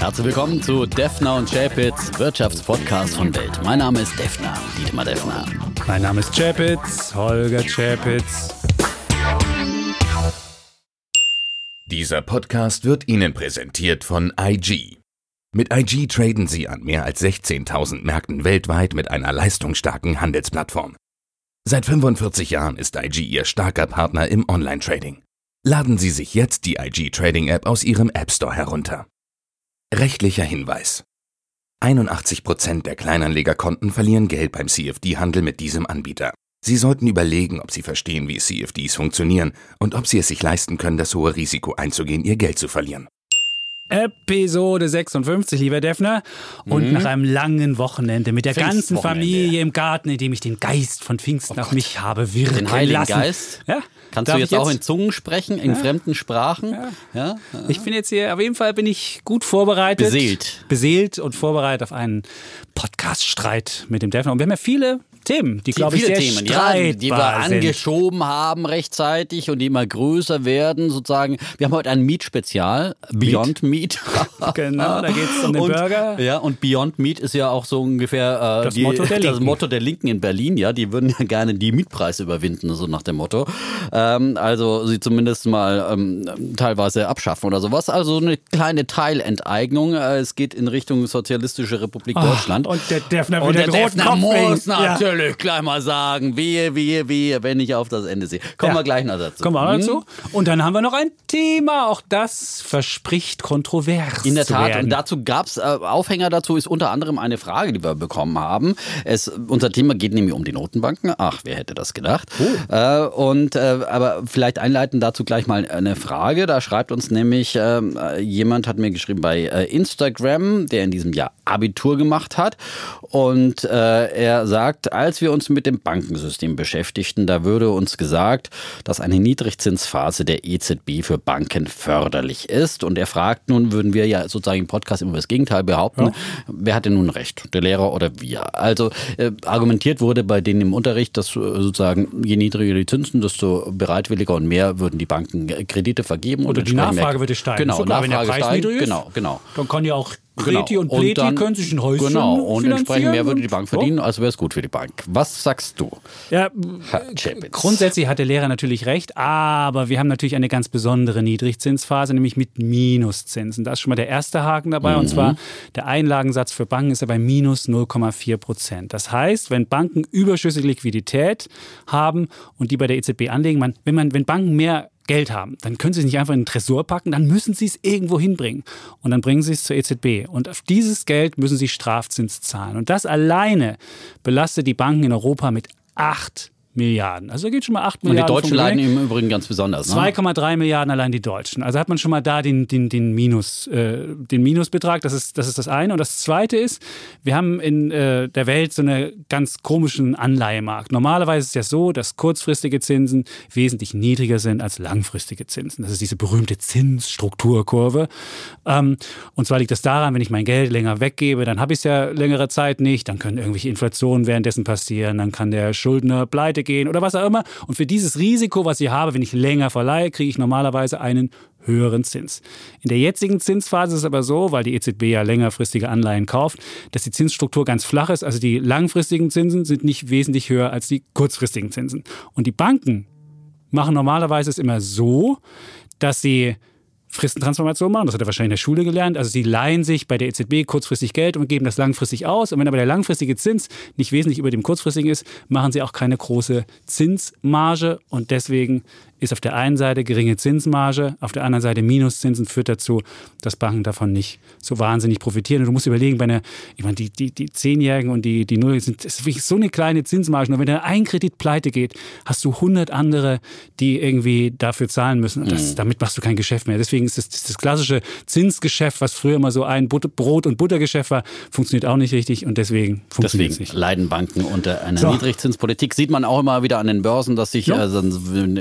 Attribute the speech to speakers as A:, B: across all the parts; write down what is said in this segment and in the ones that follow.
A: Herzlich willkommen zu Defner und Chapitz, Wirtschaftspodcast von Welt. Mein Name ist Defner, Dietmar Defner.
B: Mein Name ist Chapitz, Holger Chapitz.
C: Dieser Podcast wird Ihnen präsentiert von IG. Mit IG traden Sie an mehr als 16.000 Märkten weltweit mit einer leistungsstarken Handelsplattform. Seit 45 Jahren ist IG Ihr starker Partner im Online-Trading. Laden Sie sich jetzt die IG Trading App aus Ihrem App Store herunter. Rechtlicher Hinweis: 81% der Kleinanlegerkonten verlieren Geld beim CFD-Handel mit diesem Anbieter. Sie sollten überlegen, ob Sie verstehen, wie CFDs funktionieren und ob Sie es sich leisten können, das hohe Risiko einzugehen, Ihr Geld zu verlieren.
B: Episode 56, lieber Defner. Und nach einem langen Wochenende mit der ganzen Familie im Garten, in dem ich den Geist von Pfingsten auf mich habe wirken lassen.
A: Den Heiligen Geist?
B: Ja?
A: Kannst du jetzt auch in Zungen sprechen, in fremden Sprachen? Ja.
B: Ich bin jetzt hier, auf jeden Fall bin ich gut vorbereitet. Beseelt und vorbereitet auf einen Podcast-Streit mit dem Defner. Und wir haben ja viele Themen, die, glaube ich, sehr streitbar
A: die wir angeschoben haben rechtzeitig und die immer größer werden, sozusagen. Wir haben heute ein Meat-Spezial, Beyond Meat.
B: Genau, da geht es um den Burger.
A: Ja, und Beyond Meat ist ja auch so ungefähr das Motto der Linken in Berlin. Ja, die würden ja gerne die Mietpreise überwinden, so nach dem Motto. Also sie zumindest mal teilweise abschaffen oder sowas. Also eine kleine Teilenteignung. Es geht in Richtung Sozialistische Republik Deutschland.
B: Und der Defner
A: und
B: wieder
A: der Defner muss natürlich gleich mal sagen, wehe, wenn ich auf das Ende sehe. Kommen wir gleich noch dazu.
B: Kommen wir auch dazu. Und dann haben wir noch ein Thema, auch das verspricht kontrovers.
A: In der Tat,
B: werden.
A: Und dazu gab es, Aufhänger dazu ist unter anderem eine Frage, die wir bekommen haben. Unser Thema geht nämlich um die Notenbanken. Ach, wer hätte das gedacht? Aber vielleicht einleitend dazu gleich mal eine Frage. Da schreibt uns nämlich, jemand hat mir geschrieben bei Instagram, der in diesem Jahr Abitur gemacht hat. Und er sagt, als wir uns mit dem Bankensystem beschäftigten, da würde uns gesagt, dass eine Niedrigzinsphase der EZB für Banken förderlich ist. Und er fragt nun, würden wir ja sozusagen im Podcast immer das Gegenteil behaupten, wer hat denn nun recht, der Lehrer oder wir? Also argumentiert wurde bei denen im Unterricht, dass sozusagen je niedriger die Zinsen, desto bereitwilliger und mehr würden die Banken Kredite vergeben.
B: Oder die Nachfrage würde steigen.
A: Genau,
B: sogar wenn der Preis
A: steigen,
B: niedrig ist,
A: genau.
B: Dann kann ja auch Pleti und Pleti können sich ein Häuschen
A: und
B: finanzieren.
A: entsprechend mehr würde die Bank verdienen, also wäre es gut für die Bank. Was sagst du?
B: Ja, grundsätzlich hat der Lehrer natürlich recht, aber wir haben natürlich eine ganz besondere Niedrigzinsphase, nämlich mit Minuszinsen. Da ist schon mal der erste Haken dabei, und zwar der Einlagensatz für Banken ist ja bei minus 0,4%. Das heißt, wenn Banken überschüssige Liquidität haben und die bei der EZB anlegen, wenn Banken mehr Geld haben, dann können sie es nicht einfach in den Tresor packen, dann müssen sie es irgendwo hinbringen. Und dann bringen sie es zur EZB. Und auf dieses Geld müssen sie Strafzins zahlen. Und das alleine belastet die Banken in Europa mit 8 Milliarden. Also da geht schon mal 8 Milliarden.
A: Und die Deutschen leiden im Übrigen ganz besonders.
B: 2,3 Milliarden allein die Deutschen. Also hat man schon mal da den Minusbetrag. Das ist das eine. Und das zweite ist, wir haben in der Welt so einen ganz komischen Anleihemarkt. Normalerweise ist es ja so, dass kurzfristige Zinsen wesentlich niedriger sind als langfristige Zinsen. Das ist diese berühmte Zinsstrukturkurve. Und zwar liegt das daran, wenn ich mein Geld länger weggebe, dann habe ich es ja längere Zeit nicht. Dann können irgendwelche Inflationen währenddessen passieren. Dann kann der Schuldner pleite gehen oder was auch immer. Und für dieses Risiko, was ich habe, wenn ich länger verleihe, kriege ich normalerweise einen höheren Zins. In der jetzigen Zinsphase ist es aber so, weil die EZB ja längerfristige Anleihen kauft, dass die Zinsstruktur ganz flach ist. Also die langfristigen Zinsen sind nicht wesentlich höher als die kurzfristigen Zinsen. Und die Banken machen normalerweise es immer so, dass sie Fristentransformation machen. Das hat er wahrscheinlich in der Schule gelernt. Also sie leihen sich bei der EZB kurzfristig Geld und geben das langfristig aus. Und wenn aber der langfristige Zins nicht wesentlich über dem kurzfristigen ist, machen sie auch keine große Zinsmarge. Und deswegen ist auf der einen Seite geringe Zinsmarge, auf der anderen Seite Minuszinsen, führt dazu, dass Banken davon nicht so wahnsinnig profitieren. Und du musst überlegen, die 10-Jährigen und die 0 das ist wirklich so eine kleine Zinsmarge. Und wenn da ein Kredit pleite geht, hast du 100 andere, die irgendwie dafür zahlen müssen. Und damit machst du kein Geschäft mehr. Deswegen ist das klassische Zinsgeschäft, was früher immer so ein Brot- und Buttergeschäft war, funktioniert auch nicht richtig. Und deswegen funktioniert es nicht.
A: Leiden Banken unter einer Niedrigzinspolitik. Sieht man auch immer wieder an den Börsen, dass sich Niedrigzinspolitik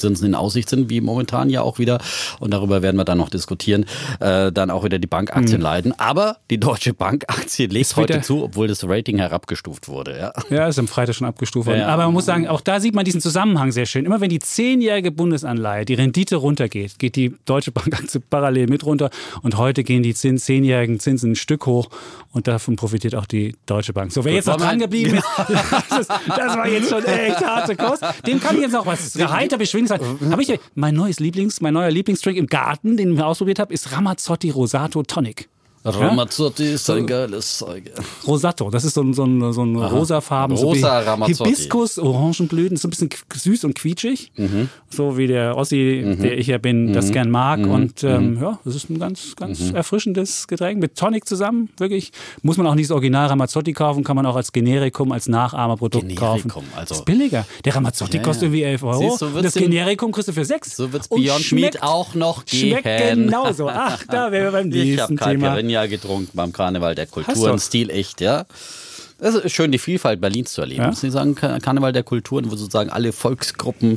A: Zinsen in Aussicht sind, wie momentan ja auch wieder, und darüber werden wir dann noch diskutieren, dann auch wieder die Bankaktien leiden. Aber die Deutsche Bank-Aktie legt heute zu, obwohl das Rating herabgestuft wurde.
B: Ja, ist am Freitag schon abgestuft worden. Aber man muss sagen, auch da sieht man diesen Zusammenhang sehr schön. Immer wenn die 10-jährige Bundesanleihe, die Rendite runtergeht, geht die Deutsche Bank-Aktie parallel mit runter. Und heute gehen die 10-jährigen Zinsen ein Stück hoch und davon profitiert auch die Deutsche Bank. So, wer jetzt noch dran geblieben ist, das war jetzt schon echt harte Kost. Dem kann ich jetzt noch was heiter beschwingen sagen. Mein neuer Lieblingsdrink im Garten, den ich ausprobiert habe, ist Ramazzotti Rosato Tonic.
A: Ramazzotti ist ein geiles Zeug.
B: Rosato, das ist so ein rosafarben,
A: rosa Ramazzotti.
B: Hibiskus, Orangenblüten, so ein bisschen süß und quietschig. So wie der Ossi, der ich ja bin, das gern mag. Und das ist ein ganz erfrischendes Getränk mit Tonic zusammen. Wirklich. Muss man auch nicht das Original Ramazzotti kaufen, kann man auch als Generikum, als Nachahmerprodukt kaufen.
A: Also,
B: ist billiger. Der Ramazzotti kostet irgendwie 11 €.
A: Siehst, so
B: das Generikum kostet für 6.
A: So wird es Beyond Meat auch noch gehen.
B: Schmeckt genauso. Ach, da wären wir beim nächsten Thema.
A: Getrunken beim Karneval der Kulturen, Stil echt, ja. Es ist schön, die Vielfalt Berlins zu erleben. Muss ich sagen, Karneval der Kulturen, wo sozusagen alle Volksgruppen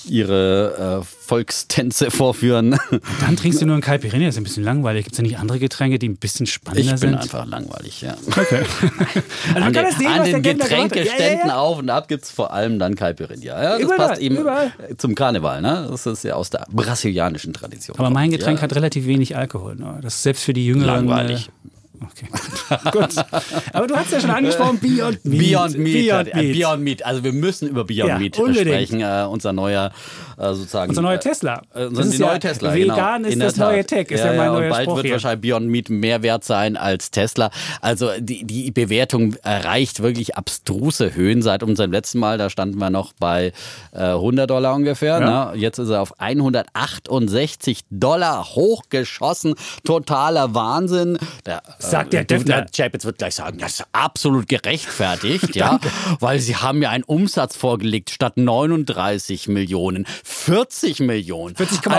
A: ihre Volkstänze vorführen.
B: Dann trinkst du nur einen Caipirinha, das ist ein bisschen langweilig. Gibt es ja nicht andere Getränke, die ein bisschen spannender sind?
A: Ich bin einfach langweilig, ja.
B: Okay. Also
A: an den Getränkeständen auf und ab gibt es vor allem dann Caipirinha. Ja, das passt eben zum Karneval, ne? Das ist ja aus der brasilianischen Tradition.
B: Aber mein Getränk hat relativ wenig Alkohol. Ne? Das ist selbst für die Jüngeren...
A: Langweilig.
B: Okay, gut. Aber du hast ja schon angesprochen, Beyond Meat.
A: Beyond Meat. Also wir müssen über Beyond Meat sprechen. Unser neuer
B: Tesla.
A: Neue Tesla.
B: Vegan ist das neue Tech. Ist ja mein neuer
A: und bald
B: Spruch
A: wird
B: hier.
A: wahrscheinlich Beyond Meat mehr wert sein als Tesla. Also die Bewertung erreicht wirklich abstruse Höhen seit unserem letzten Mal. Da standen wir noch bei $100 ungefähr.
B: Ja.
A: Ne? Jetzt ist er auf $168 hochgeschossen. Totaler Wahnsinn.
B: Sagt der Defner.
A: Chapitz wird gleich sagen, das ist absolut gerechtfertigt, ja, weil sie haben ja einen Umsatz vorgelegt statt 39 Millionen, 40 Millionen.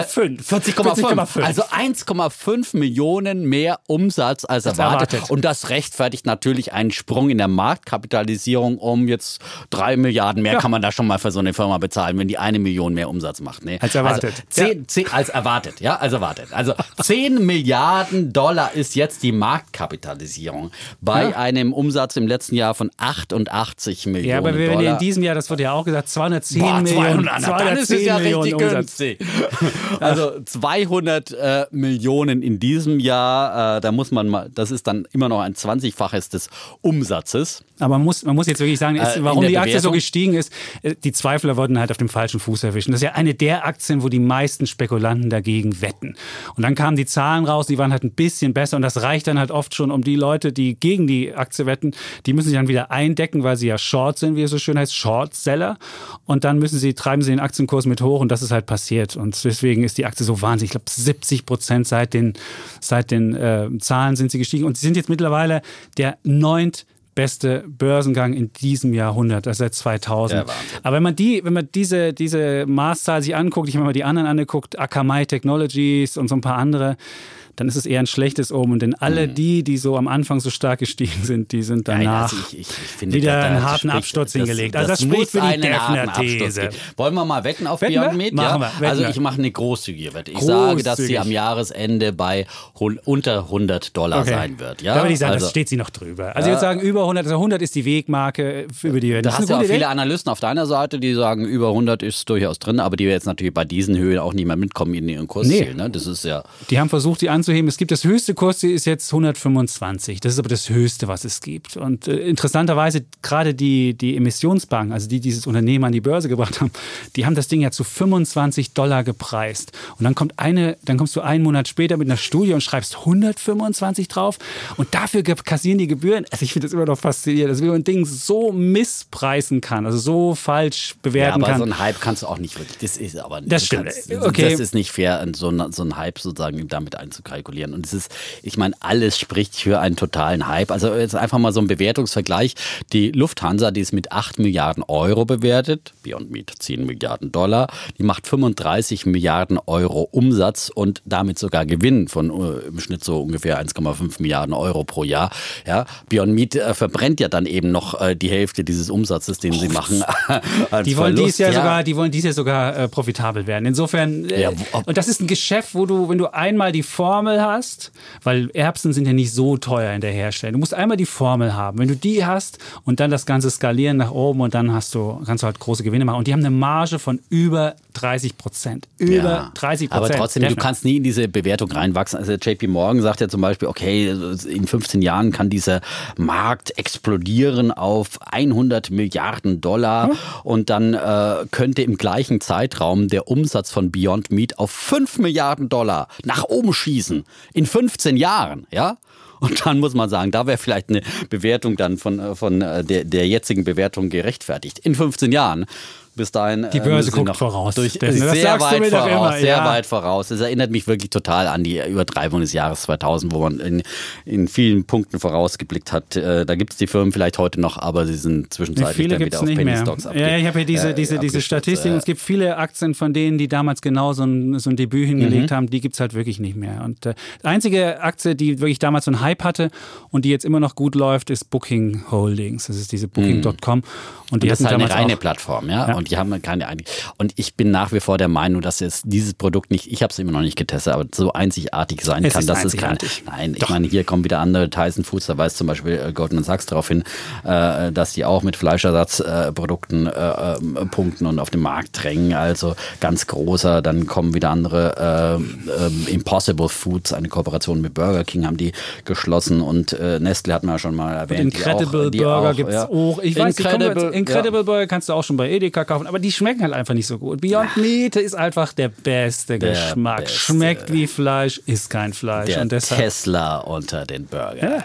B: 40,5.
A: Also 1,5 Millionen mehr Umsatz als erwartet. Und das rechtfertigt natürlich einen Sprung in der Marktkapitalisierung um jetzt 3 Milliarden mehr kann man da schon mal für so eine Firma bezahlen, wenn die 1 Million mehr Umsatz macht. Nee.
B: Als erwartet.
A: Also 10 Milliarden Dollar ist jetzt die Marktkapitalisierung bei einem Umsatz im letzten Jahr von 88 Millionen
B: Ja, aber wenn wir in diesem Jahr, das wurde ja auch gesagt, 210 Millionen.
A: Dann ist es ja richtig günstig. Also 200 Millionen in diesem Jahr, da muss man mal, das ist dann immer noch ein 20-faches des Umsatzes.
B: Aber man muss jetzt wirklich sagen, warum die Aktie so gestiegen ist, die Zweifler wurden halt auf dem falschen Fuß erwischen. Das ist ja eine der Aktien, wo die meisten Spekulanten dagegen wetten. Und dann kamen die Zahlen raus, die waren halt ein bisschen besser und das reicht dann halt oft schon, um die Leute, die gegen die Aktie wetten, die müssen sich dann wieder eindecken, weil sie ja Short sind, wie es so schön heißt, Short-Seller. Und dann treiben sie den Aktienkurs mit hoch und das ist halt passiert. Und deswegen ist die Aktie so wahnsinnig. Ich glaube, 70% seit den Zahlen sind sie gestiegen. Und sie sind jetzt mittlerweile der 9. beste Börsengang in diesem Jahrhundert, also seit 2000. Aber wenn man diese Maßzahl sich anguckt, ich habe mir mal die anderen angeguckt, Akamai Technologies und so ein paar andere, dann ist es eher ein schlechtes Omen. Denn alle die so am Anfang so stark gestiegen sind, die sind danach
A: ich finde,
B: wieder einen harten Absturz hingelegt. Also das spricht für die Defner-These.
A: Wollen wir mal wetten auf Beyond Meat? Also ich mache eine großzügige Wette. Ich sage, dass sie am Jahresende bei unter $100 sein wird. Ja?
B: Da würde ich sagen, das steht sie noch drüber. Also ich würde sagen, über 100, also 100 ist die Wegmarke über die Wette.
A: Da hast du ja auch viele Analysten auf deiner Seite, die sagen, über 100 ist durchaus drin, aber die jetzt natürlich bei diesen Höhen auch nicht mehr mitkommen in ihren Kursziel. Ne? Das ist ja.
B: Die haben versucht, die anzuheben. Es gibt das höchste Kursziel ist jetzt 125. Das ist aber das höchste, was es gibt. Und interessanterweise gerade die Emissionsbanken, also die dieses Unternehmen an die Börse gebracht haben, die haben das Ding ja zu $25 gepreist. Und dann kommst du einen Monat später mit einer Studie und schreibst 125 drauf. Und dafür kassieren die Gebühren. Also ich finde das immer noch faszinierend, dass man ein Ding so misspreisen kann, also so falsch bewerten kann.
A: Aber so einen Hype kannst du auch nicht wirklich. Das ist aber nicht.
B: Das stimmt.
A: Das ist nicht fair, so einen Hype sozusagen damit einzukaufen. kalkulieren. Und es ist, ich meine, alles spricht für einen totalen Hype. Also jetzt einfach mal so ein Bewertungsvergleich. Die Lufthansa, die ist mit 8 Milliarden Euro bewertet, Beyond Meat 10 Milliarden Dollar, die macht 35 Milliarden Euro Umsatz und damit sogar Gewinn von im Schnitt so ungefähr 1,5 Milliarden Euro pro Jahr. Ja, Beyond Meat verbrennt ja dann eben noch die Hälfte dieses Umsatzes, den sie machen.
B: Die wollen dies Jahr sogar profitabel werden. Insofern, und das ist ein Geschäft, wo du, wenn du einmal die Formel hast, weil Erbsen sind ja nicht so teuer in der Herstellung, du musst einmal die Formel haben. Wenn du die hast und dann das Ganze skalieren nach oben und dann kannst du halt große Gewinne machen. Und die haben eine Marge von über 30%. Über 30%.
A: Aber trotzdem, du kannst nie in diese Bewertung reinwachsen. Also JP Morgan sagt ja zum Beispiel, okay, in 15 Jahren kann dieser Markt explodieren auf 100 Milliarden Dollar und dann könnte im gleichen Zeitraum der Umsatz von Beyond Meat auf 5 Milliarden Dollar nach oben schießen. In 15 Jahren, ja? Und dann muss man sagen, da wäre vielleicht eine Bewertung dann von der jetzigen Bewertung gerechtfertigt. In 15 Jahren. Bis dahin.
B: Die Börse guckt voraus.
A: Sehr weit voraus. Das erinnert mich wirklich total an die Übertreibung des Jahres 2000, wo man in vielen Punkten vorausgeblickt hat. Da gibt es die Firmen vielleicht heute noch, aber sie sind zwischenzeitlich dann wieder auf Penny Stocks abgegeben.
B: Ja, ich habe hier diese Statistik. Es gibt viele Aktien von denen, die damals genau so ein Debüt hingelegt haben, die gibt es halt wirklich nicht mehr. Und die einzige Aktie, die wirklich damals so einen Hype hatte und die jetzt immer noch gut läuft, ist Booking Holdings. Das ist diese Booking.com. Und die
A: das ist halt eine reine
B: auch
A: Plattform, ja. Und die haben keine eigene. Und ich bin nach wie vor der Meinung, dass jetzt dieses Produkt nicht, ich habe es immer noch nicht getestet, aber so einzigartig sein kann, dass es kann. Nein, ich meine, hier kommen wieder andere Tyson Foods, da weist zum Beispiel Goldman Sachs darauf hin, dass die auch mit Fleischersatzprodukten punkten und auf den Markt drängen. Also ganz großer, dann kommen wieder andere Impossible Foods, eine Kooperation mit Burger King haben die geschlossen und Nestle hat man ja schon mal erwähnt.
B: Incredible Burger gibt es auch. Ich weiß, Incredible Burger kannst du auch schon bei Edeka kaufen, aber die schmecken halt einfach nicht so gut. Beyond Meat ist einfach der beste Geschmack. Schmeckt wie Fleisch, ist kein Fleisch.
A: Der
B: und deshalb
A: Tesla unter den Burgern.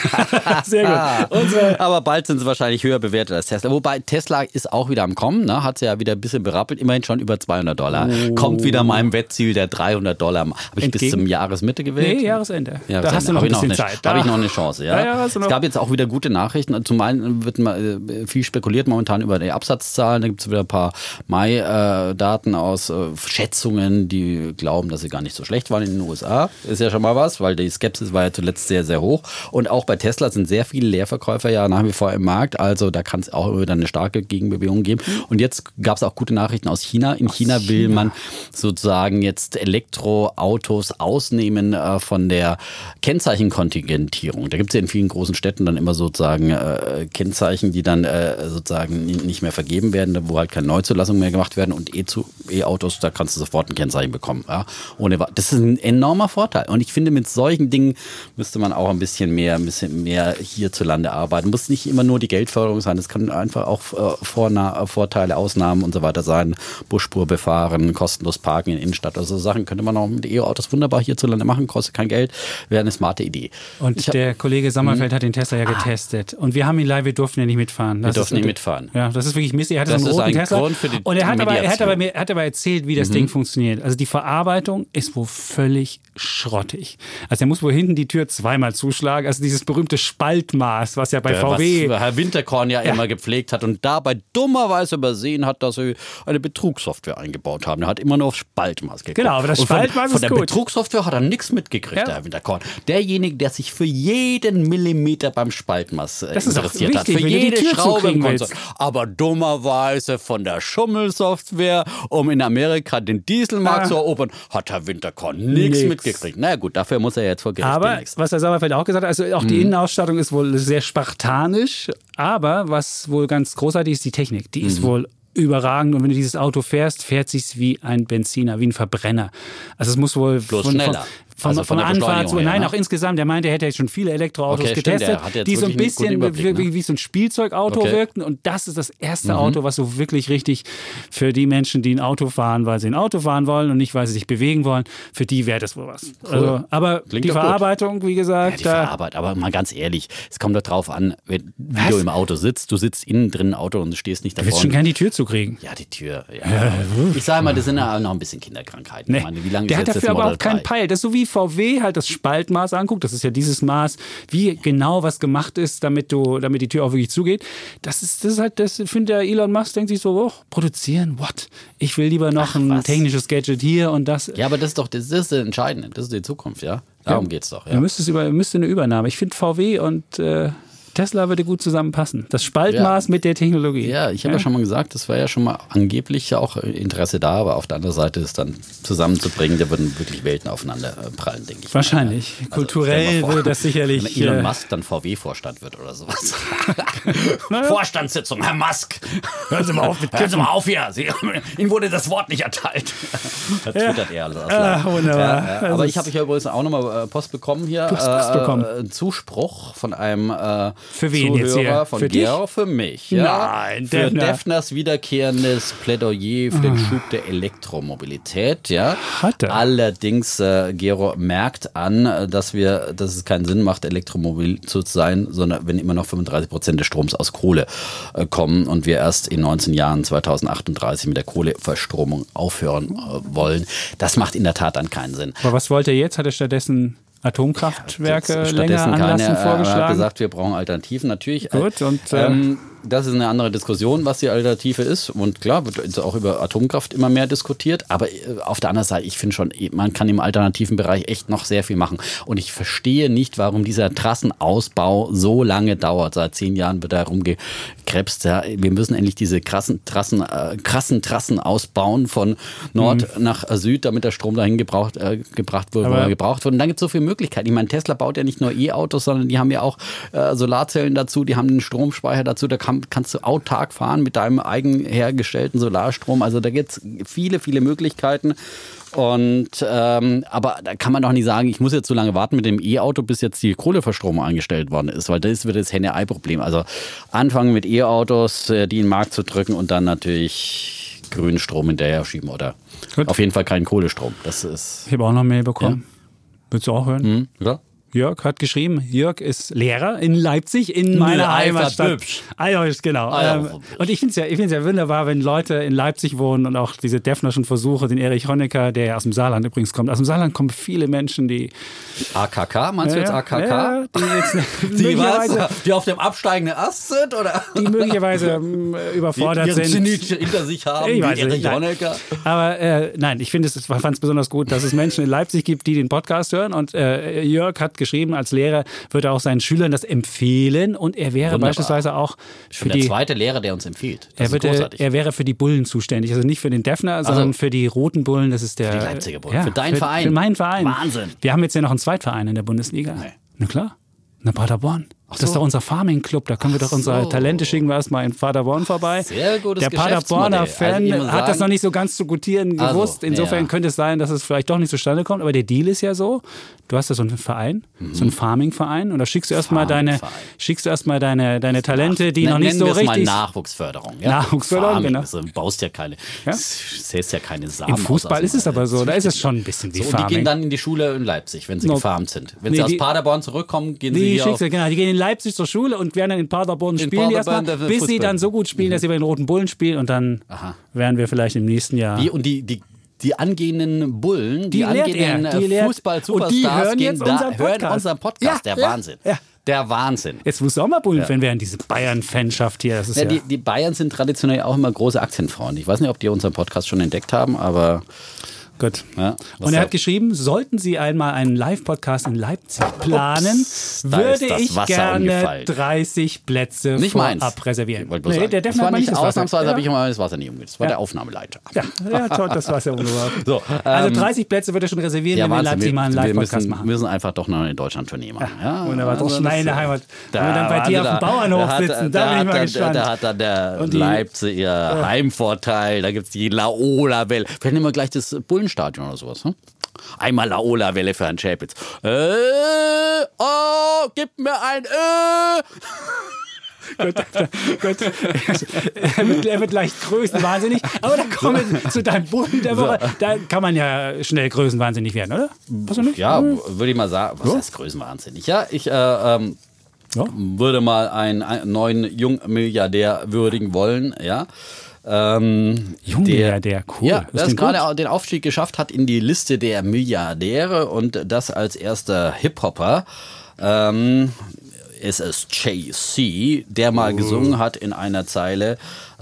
B: Ja. Sehr gut.
A: Aber bald sind sie wahrscheinlich höher bewertet als Tesla. Wobei Tesla ist auch wieder am Kommen, ne? Hat sie ja wieder ein bisschen berappelt, immerhin schon über $200. Kommt wieder meinem Wettziel der $300. Habe ich bis zum Jahresmitte gewählt?
B: Nee, Jahresende. Da hast du noch ein bisschen Zeit.
A: Da habe ich noch eine Chance, ja. Es gab jetzt auch wieder gute Nachrichten. Zum einen wird viel spekuliert momentan über die Absatzzahlen. Da gibt es wieder ein paar Mai-Daten aus Schätzungen, die glauben, dass sie gar nicht so schlecht waren in den USA. Ist ja schon mal was, weil die Skepsis war ja zuletzt sehr, sehr hoch. Und auch bei Tesla sind sehr viele Leerverkäufer ja nach wie vor im Markt. Also da kann es auch wieder eine starke Gegenbewegung geben. Und jetzt gab es auch gute Nachrichten aus China. In China will man sozusagen jetzt Elektroautos ausnehmen von der Kennzeichenkontingentierung. Da gibt es ja in vielen großen Städten dann immer sozusagen Kennzeichen, die dann sozusagen nicht mehr vergeben werden, wo halt keine Neuzulassungen mehr gemacht werden und E-Autos, da kannst du sofort ein Kennzeichen bekommen. Ja? Das ist ein enormer Vorteil. Und ich finde, mit solchen Dingen müsste man auch ein bisschen mehr hierzulande arbeiten. Muss nicht immer nur die Geldförderung sein, es kann einfach auch Vorteile, Ausnahmen und so weiter sein. Busspur befahren, kostenlos parken in der Innenstadt. Also Sachen könnte man auch mit E-Autos wunderbar hierzulande machen, kostet kein Geld, wäre eine smarte Idee.
B: Und der Kollege Sommerfeld hat den Tesla ja getestet. Und wir haben ihn live, wir durften ja nicht mitfahren.
A: Wir durften nicht mitfahren.
B: Ja, das ist wirklich Mist. Er hatte so einen roten Tesla. Und er hat aber erzählt, wie das Ding funktioniert. Also die Verarbeitung ist wohl völlig schrottig. Also er muss wohl hinten die Tür zweimal zuschlagen. Also dieses berühmte Spaltmaß, was ja bei VW...
A: Was Herr Winterkorn ja immer gepflegt hat und dabei dummerweise übersehen hat, dass sie eine Betrugssoftware eingebaut haben. Er hat immer nur auf Spaltmaß geguckt.
B: Genau, aber das Spaltmaß ist gut.
A: Von der Betrugssoftware hat er nichts mitgekriegt, Herr Winterkorn. Derjenige, der sich für jeden Millimeter beim Spaltmaß interessiert hat. Für jede Schraube im Konsol. Aber dummerweise von der Schummelsoftware, um in Amerika den Dieselmarkt zu erobern, hat Herr Winterkorn nichts mitgekriegt. Na gut, dafür muss er jetzt vor Gericht
B: Aber was der Sommerfeld auch gesagt hat, also auch die Innenausstattung ist wohl sehr spartanisch, aber was wohl ganz großartig ist, die Technik. Die ist wohl überragend und wenn du dieses Auto fährst, fährt sich's wie ein Benziner, wie ein Verbrenner. Also es muss wohl
A: schneller.
B: Von Anfahrt zu, nein, auch insgesamt. Er meinte, er hätte jetzt schon viele Elektroautos getestet, die so ein bisschen wie so ein Spielzeugauto wirkten. Und das ist das erste Auto, was so wirklich richtig für die Menschen, die ein Auto fahren, weil sie ein Auto fahren wollen und nicht, weil sie sich bewegen wollen, für die wäre das wohl was. Cool. Also, aber klingt die Verarbeitung, wie gesagt.
A: Aber mal ganz ehrlich, es kommt doch drauf an, wie du im Auto sitzt. Du sitzt innen drin im Auto und stehst nicht davor.
B: Du willst schon gerne die Tür zukriegen.
A: Ja, die Tür. Ja. Ich sage mal, das sind ja noch ein bisschen Kinderkrankheiten.
B: Nee. Der hat dafür aber auch keinen Peil. Das ist so wie VW halt das Spaltmaß anguckt, das ist ja dieses Maß, wie genau was gemacht ist, damit die Tür auch wirklich zugeht, das findet der Elon Musk, denkt sich so, produzieren, what? Ich will lieber noch ein technisches Gadget hier und das.
A: Ja, aber das ist das Entscheidende, das ist die Zukunft, ja? Darum geht's doch. Ja.
B: Müsste eine Übernahme. Ich finde VW und Tesla würde gut zusammenpassen. Das Spaltmaß mit der Technologie.
A: Ja, ich habe ja schon mal gesagt, das war ja schon mal angeblich auch Interesse da, aber auf der anderen Seite es dann zusammenzubringen, da würden wirklich Welten aufeinander prallen, denke ich.
B: Wahrscheinlich. Also, kulturell würde das sicherlich.
A: Wenn Elon Musk dann VW-Vorstand wird oder sowas. Vorstandssitzung, Herr Musk. Hören Sie mal auf hier. Ihnen wurde das Wort nicht erteilt. Da twittert er alles.
B: Wunderbar.
A: Aber ich habe ja übrigens auch nochmal Post bekommen hier.
B: Post bekommen.
A: Zuspruch von einem
B: für wen
A: Zuhörer
B: jetzt hier?
A: von
B: für
A: Gero,
B: dich?
A: für mich. Ja?
B: Nein,
A: für Defners wiederkehrendes Plädoyer für den Schub der Elektromobilität. Ja?
B: Hat er.
A: Allerdings, Gero merkt an, dass es keinen Sinn macht, elektromobil zu sein, sondern wenn immer noch 35% des Stroms aus Kohle kommen und wir erst in 19 Jahren 2038 mit der Kohleverstromung aufhören wollen. Das macht in der Tat dann keinen Sinn.
B: Aber was wollte er jetzt? Hat er stattdessen Atomkraftwerke länger anlassen vorgeschlagen?
A: Er hat gesagt, wir brauchen Alternativen. Natürlich.
B: Gut, und
A: das ist eine andere Diskussion, was die Alternative ist. Und klar, wird auch über Atomkraft immer mehr diskutiert. Aber auf der anderen Seite, ich finde schon, man kann im alternativen Bereich echt noch sehr viel machen. Und ich verstehe nicht, warum dieser Trassenausbau so lange dauert. Seit 10 Jahren wird da rumgekrebst. Ja, wir müssen endlich diese krassen Trassen ausbauen von Nord nach Süd, damit der Strom dahin gebracht wird, wo er gebraucht wird. Und dann gibt es so viele Möglichkeiten. Ich meine, Tesla baut ja nicht nur E-Autos, sondern die haben ja auch Solarzellen dazu, die haben einen Stromspeicher dazu, da kannst du autark fahren mit deinem eigen hergestellten Solarstrom. Also da gibt es viele, viele Möglichkeiten. Und aber da kann man doch nicht sagen, ich muss jetzt so lange warten mit dem E-Auto, bis jetzt die Kohleverstromung eingestellt worden ist, weil das wird das Henne-Ei-Problem. Also anfangen mit E-Autos, die in den Markt zu drücken und dann natürlich grünen Strom hinterher schieben oder auf jeden Fall keinen Kohlestrom. Das ist.
B: Ich habe auch noch eine Mail bekommen. Ja. Willst du auch hören?
A: Ja.
B: Jörg hat geschrieben, Jörg ist Lehrer in Leipzig, in meiner Heimatstadt. Genau. Und ich finde es ja wunderbar, wenn Leute in Leipzig wohnen und auch diese Defnerschen Versuche, den Erich Honecker, der aus dem Saarland übrigens kommt. Aus dem Saarland kommen viele Menschen, die...
A: AKK, meinst du jetzt AKK?
B: Ja,
A: die auf dem absteigenden Ast sind? Oder?
B: Die möglicherweise überfordert sind.
A: Die hinter sich haben, wie Erich Honecker.
B: Aber nein, ich fand es besonders gut, dass es Menschen in Leipzig gibt, die den Podcast hören. Und Jörg hat geschrieben, als Lehrer würde er auch seinen Schülern das empfehlen und er wäre beispielsweise auch für
A: der zweite Lehrer, der uns empfiehlt. Das ist großartig.
B: Er wäre für die Bullen zuständig, also nicht für den Defner, sondern für die roten Bullen, das ist der...
A: Für die Leipziger Bullen, für deinen Verein.
B: Für meinen Verein.
A: Wahnsinn.
B: Wir haben jetzt ja noch einen Zweitverein in der Bundesliga. Nee. Na klar, na Paderborn. Das ist doch unser Farming-Club, da können wir doch unsere Talente schicken wir erstmal in Paderborn vorbei.
A: Sehr gutes
B: Der Paderborner Fan hat das noch nicht so ganz zu gutieren gewusst. Insofern könnte es sein, dass es vielleicht doch nicht zustande kommt. Aber der Deal ist ja so, du hast da so einen Verein, so einen Farming-Verein und da schickst du erstmal deine Talente, die noch nicht so richtig...
A: Nennen wir es mal Nachwuchsförderung. Ja?
B: Nachwuchsförderung, genau.
A: Du baust ja keine, säst ja keine Samen.
B: Im Fußball ist es aber so, da ist es schon ein bisschen wie Farming.
A: Und die gehen dann in die Schule in Leipzig, wenn sie gefarmt sind. Wenn sie aus Paderborn zurückkommen, gehen sie hier auf...
B: Genau, die gehen in Leipzig zur Schule und werden dann in Paderborn spielen erstmal, bis sie dann so gut spielen, dass sie bei den Roten Bullen spielen und dann werden wir vielleicht im nächsten Jahr...
A: Und die angehenden Bullen, die angehenden Fußball-Superstars hören unseren Podcast. Der Wahnsinn. Ja. Der Wahnsinn.
B: Jetzt musst du auch mal Bullen-Fan werden, diese Bayern-Fanschaft hier. Das ist
A: die Bayern sind traditionell auch immer große Aktienfrauen. Ich weiß nicht, ob die unseren Podcast schon entdeckt haben, aber...
B: Gut. Ja, und er hat geschrieben, sollten Sie einmal einen Live-Podcast in Leipzig planen, würde ich gerne 30 Plätze vorab reservieren.
A: Nee, der Defner hat mal nicht das Wasser. Ausnahmsweise habe ich mal das Wasser nicht umgeht. Das war der Aufnahmeleiter.
B: Ja, toll, das war ja wunderbar. So, also 30 Plätze würde er schon reservieren, wenn wir in Leipzig mal einen Live-Podcast machen.
A: Wir müssen einfach doch noch in Deutschland Turnier machen.
B: Ja, wunderbar, doch schnell in der Heimat. Wenn wir dann bei dir auf dem Bauernhof sitzen, da bin ich mal gespannt.
A: Da hat dann der Leipziger Heimvorteil, da gibt es die Laola-Welle. Vielleicht nehmen wir gleich das Bullenstadion oder sowas. Hm? Einmal Laola-Welle für Herrn Schäpitz. Gib mir ein
B: Gut. Er wird leicht größenwahnsinnig. Aber da kommen wir zu deinem Bullen der Woche. Da kann man ja schnell größenwahnsinnig werden, oder?
A: Hast du nicht? Ja, würde ich mal sagen. Was heißt größenwahnsinnig? Ja, ich würde mal einen neuen Jungmilliardär würdigen wollen, ja.
B: der, cool.
A: Ja, der ist gerade den Aufstieg geschafft, hat in die Liste der Milliardäre und das als erster Hip-Hopper. Es ist Jay-Z, der mal gesungen hat in einer Zeile,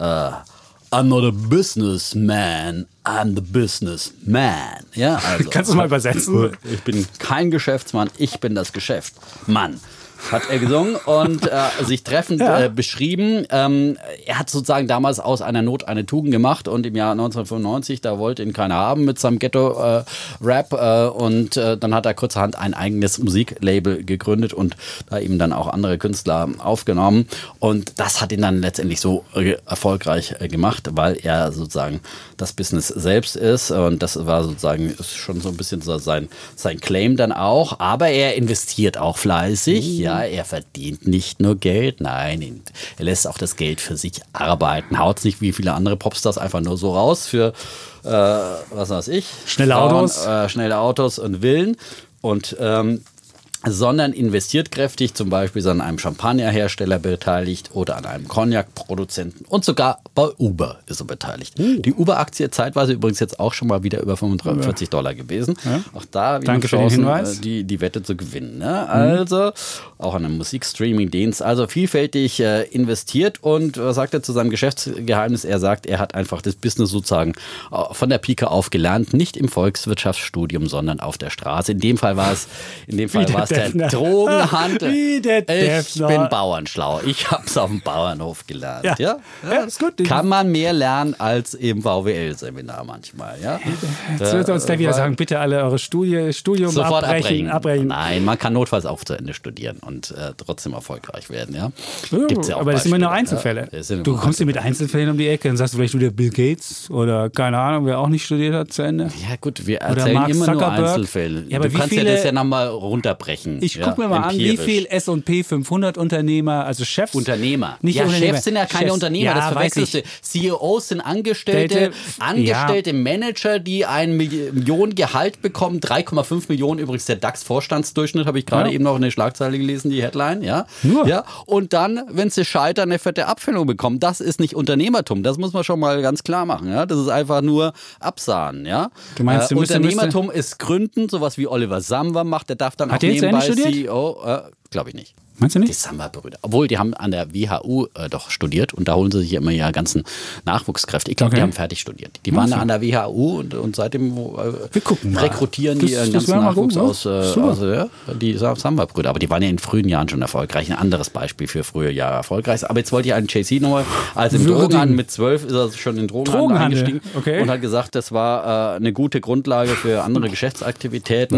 A: I'm not a businessman, I'm the businessman. Ja, also,
B: kannst du es mal übersetzen?
A: Ich bin kein Geschäftsmann, ich bin das Geschäft. Mann. Hat er gesungen und sich treffend beschrieben. Er hat sozusagen damals aus einer Not eine Tugend gemacht und im Jahr 1995, da wollte ihn keiner haben mit seinem Ghetto-Rap und dann hat er kurzerhand ein eigenes Musiklabel gegründet und da eben dann auch andere Künstler aufgenommen und das hat ihn dann letztendlich so erfolgreich gemacht, weil er sozusagen das Business selbst ist und das war sozusagen schon so ein bisschen so sein Claim dann auch, aber er investiert auch fleißig, ja, er verdient nicht nur Geld, nein, er lässt auch das Geld für sich arbeiten, haut nicht wie viele andere Popstars einfach nur so raus für, was weiß ich,
B: schnelle Autos
A: und Villen und sondern investiert kräftig, zum Beispiel an einem Champagnerhersteller beteiligt oder an einem Cognac-Produzenten und sogar bei Uber ist er beteiligt. Die Uber-Aktie zeitweise übrigens jetzt auch schon mal wieder über $45 gewesen. Ja. Auch da wieder Chancen, die Wette zu gewinnen. Ne? Also auch an einem Musikstreaming-Dienst. Also vielfältig investiert und was sagt er zu seinem Geschäftsgeheimnis? Er sagt, er hat einfach das Business sozusagen von der Pike auf gelernt, nicht im Volkswirtschaftsstudium, sondern auf der Straße. In dem Fall war es der Drogenhandel. Ich bin bauernschlau. Ich habe es auf dem Bauernhof gelernt. Ja,
B: ist gut.
A: Kann man mehr lernen als im VWL-Seminar manchmal. Ja?
B: Jetzt wird uns gleich wieder sagen, bitte alle eure Studium
A: sofort abbrechen.
B: Nein,
A: man kann notfalls auch zu Ende studieren und trotzdem erfolgreich werden. Ja?
B: Gibt's ja auch, aber das sind immer nur Einzelfälle. Ja, du kommst dir mit Einzelfällen um die Ecke und sagst vielleicht wieder Bill Gates oder keine Ahnung, wer auch nicht studiert hat zu Ende.
A: Ja gut, wir erzählen immer nur Einzelfälle.
B: Ja, aber
A: du kannst ja das ja nochmal runterbrechen.
B: Ich gucke mir mal empirisch an, wie viel S&P 500 Unternehmer, also Chefs.
A: Unternehmer.
B: Nicht Unternehmer.
A: Chefs sind ja keine Unternehmer, das verwechselst du. CEOs sind Angestellte Manager, die ein Millionengehalt bekommen. 3,5 Millionen übrigens der DAX-Vorstandsdurchschnitt, habe ich gerade eben noch eine Schlagzeile gelesen, die Headline. Ja.
B: Nur.
A: Ja. Und dann, wenn sie scheitern, eine fette Abfindung bekommen. Das ist nicht Unternehmertum, das muss man schon mal ganz klar machen. Ja. Das ist einfach nur Absahnen. Ja.
B: Du meinst,
A: Unternehmertum ist Gründen, sowas wie Oliver Samba macht, der darf dann auch nebenbei CEO, glaube ich nicht.
B: Meinst du nicht?
A: Die Samba-Brüder. Obwohl, die haben an der WHU doch studiert und da holen sie sich immer ja ganzen Nachwuchskräfte. Ich glaube, die haben fertig studiert. Die waren da an der WHU und seitdem rekrutieren die ihren ganzen Nachwuchs aus die Samba-Brüder. Aber die waren ja in frühen Jahren schon erfolgreich. Ein anderes Beispiel für frühe Jahre erfolgreich. Aber jetzt wollte ich einen Jay-Z nochmal, also im Drogenhandel mit 12 ist er schon in Drogenhandel eingestiegen und hat gesagt, das war eine gute Grundlage für andere Geschäftsaktivitäten.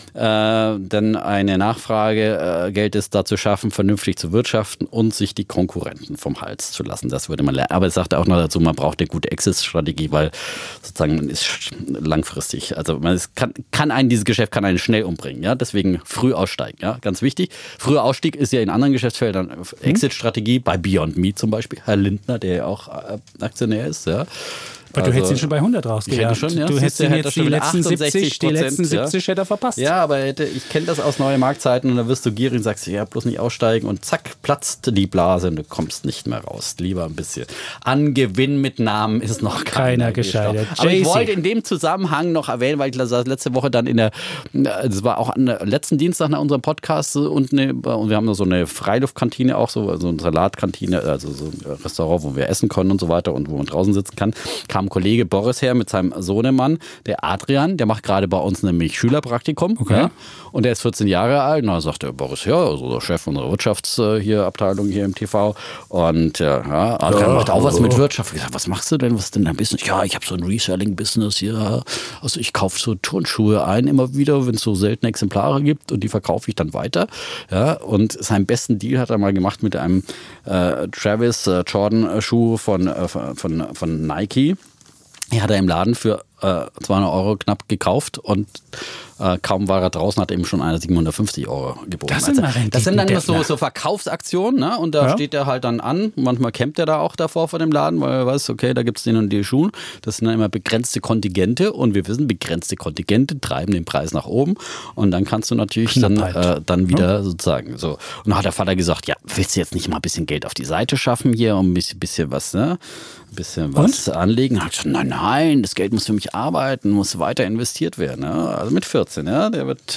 A: Denn eine Nachfrage Geld ist dazu schaffen, vernünftig zu wirtschaften und sich die Konkurrenten vom Hals zu lassen. Das würde man lernen. Aber es sagt auch noch dazu, man braucht eine gute Exit-Strategie, weil sozusagen man ist langfristig. Also dieses Geschäft kann einen schnell umbringen. Ja? Deswegen früh aussteigen. Ja? Ganz wichtig. Früher Ausstieg ist ja in anderen Geschäftsfeldern Exit-Strategie, bei Beyond Meat zum Beispiel. Herr Lindner, der ja auch Aktionär ist. Ja?
B: Aber du hättest ihn schon bei 100 rausgejagt. Du hättest ihn jetzt die letzten 70 hätte er verpasst.
A: Ja, aber ich kenne das aus neuen Marktzeiten und dann wirst du gierig und sagst, ja, bloß nicht aussteigen und zack, platzt die Blase und du kommst nicht mehr raus. Lieber ein bisschen. An Gewinn mit Namen ist noch keiner gescheitert. Aber ich wollte in dem Zusammenhang noch erwähnen, weil ich das letzte Woche dann das war auch am letzten Dienstag nach unserem Podcast und wir haben noch so eine Freiluftkantine auch, so eine Salatkantine, also so ein Restaurant, wo wir essen können und so weiter und wo man draußen sitzen kann, kam Kollege Boris her mit seinem Sohnemann, der Adrian, der macht gerade bei uns nämlich Schülerpraktikum.
B: Okay.
A: Ja, und der ist 14 Jahre alt. Und da sagt der Boris, ja, also der Chef unserer Abteilung hier im TV. Und Adrian macht auch was mit Wirtschaft. Ich gesagt, was machst du denn? Was ist denn dein Business? Ja, ich habe so ein Reselling-Business hier. Also ich kaufe so Turnschuhe ein immer wieder, wenn es so seltene Exemplare gibt und die verkaufe ich dann weiter. Ja, und seinen besten Deal hat er mal gemacht mit einem Travis Jordan Schuh von Nike. Die hat er im Laden für 200 Euro knapp gekauft und kaum war er draußen, hat eben schon einer 750 Euro geboten.
B: Das sind
A: dann immer so Verkaufsaktionen, ne? Und da steht er halt dann an. Manchmal campt er da auch davor vor dem Laden, weil er weiß, okay, da gibt es den und die Schuhe. Das sind dann immer begrenzte Kontingente und wir wissen, begrenzte Kontingente treiben den Preis nach oben und dann kannst du natürlich dann wieder sozusagen so. Und dann hat der Vater gesagt, ja, willst du jetzt nicht mal ein bisschen Geld auf die Seite schaffen hier, um ein bisschen was, ne? Ein bisschen was anlegen. Hat schon, nein, das Geld muss für mich arbeiten, muss weiter investiert werden. Ne? Also mit 14, ja, der wird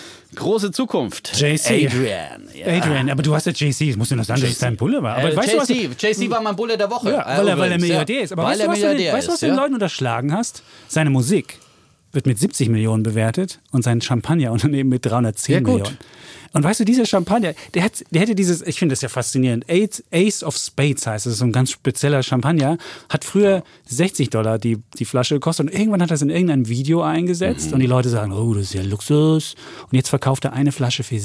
A: große Zukunft.
B: JC.
A: Adrian,
B: aber du hast ja JC, das musst du noch sagen, dass es dein Bulle war. Aber
A: JC war mein Bulle der Woche.
B: Ja, weil er Milliardär ist. Aber weißt du, was du den Leuten unterschlagen hast? Seine Musik wird mit 70 Millionen bewertet und sein Champagnerunternehmen mit 310 Millionen. Und weißt du, dieser Champagner, der hätte dieses, ich finde das ja faszinierend, Ace of Spades heißt, das ist so ein ganz spezieller Champagner, hat früher $60 die Flasche gekostet und irgendwann hat er es in irgendein Video eingesetzt und die Leute sagen, oh, das ist ja Luxus. Und jetzt verkauft er eine Flasche für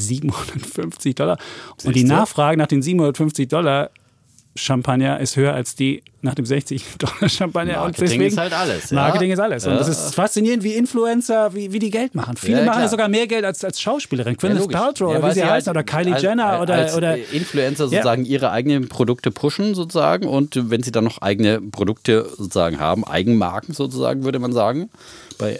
B: $750. Und die Nachfrage nach den $750 Champagner ist höher als die nach dem $60 Champagner.
A: Marketing ist halt alles. Ja?
B: Marketing ist alles. Und das ist faszinierend, wie Influencer, wie die Geld machen. Viele machen ja sogar mehr Geld als Schauspielerin. Gwyneth Paltrow oder wie sie heißen, oder Kylie Jenner. Oder
A: Influencer sozusagen ihre eigenen Produkte pushen sozusagen und wenn sie dann noch eigene Produkte sozusagen haben, Eigenmarken sozusagen, würde man sagen. Bei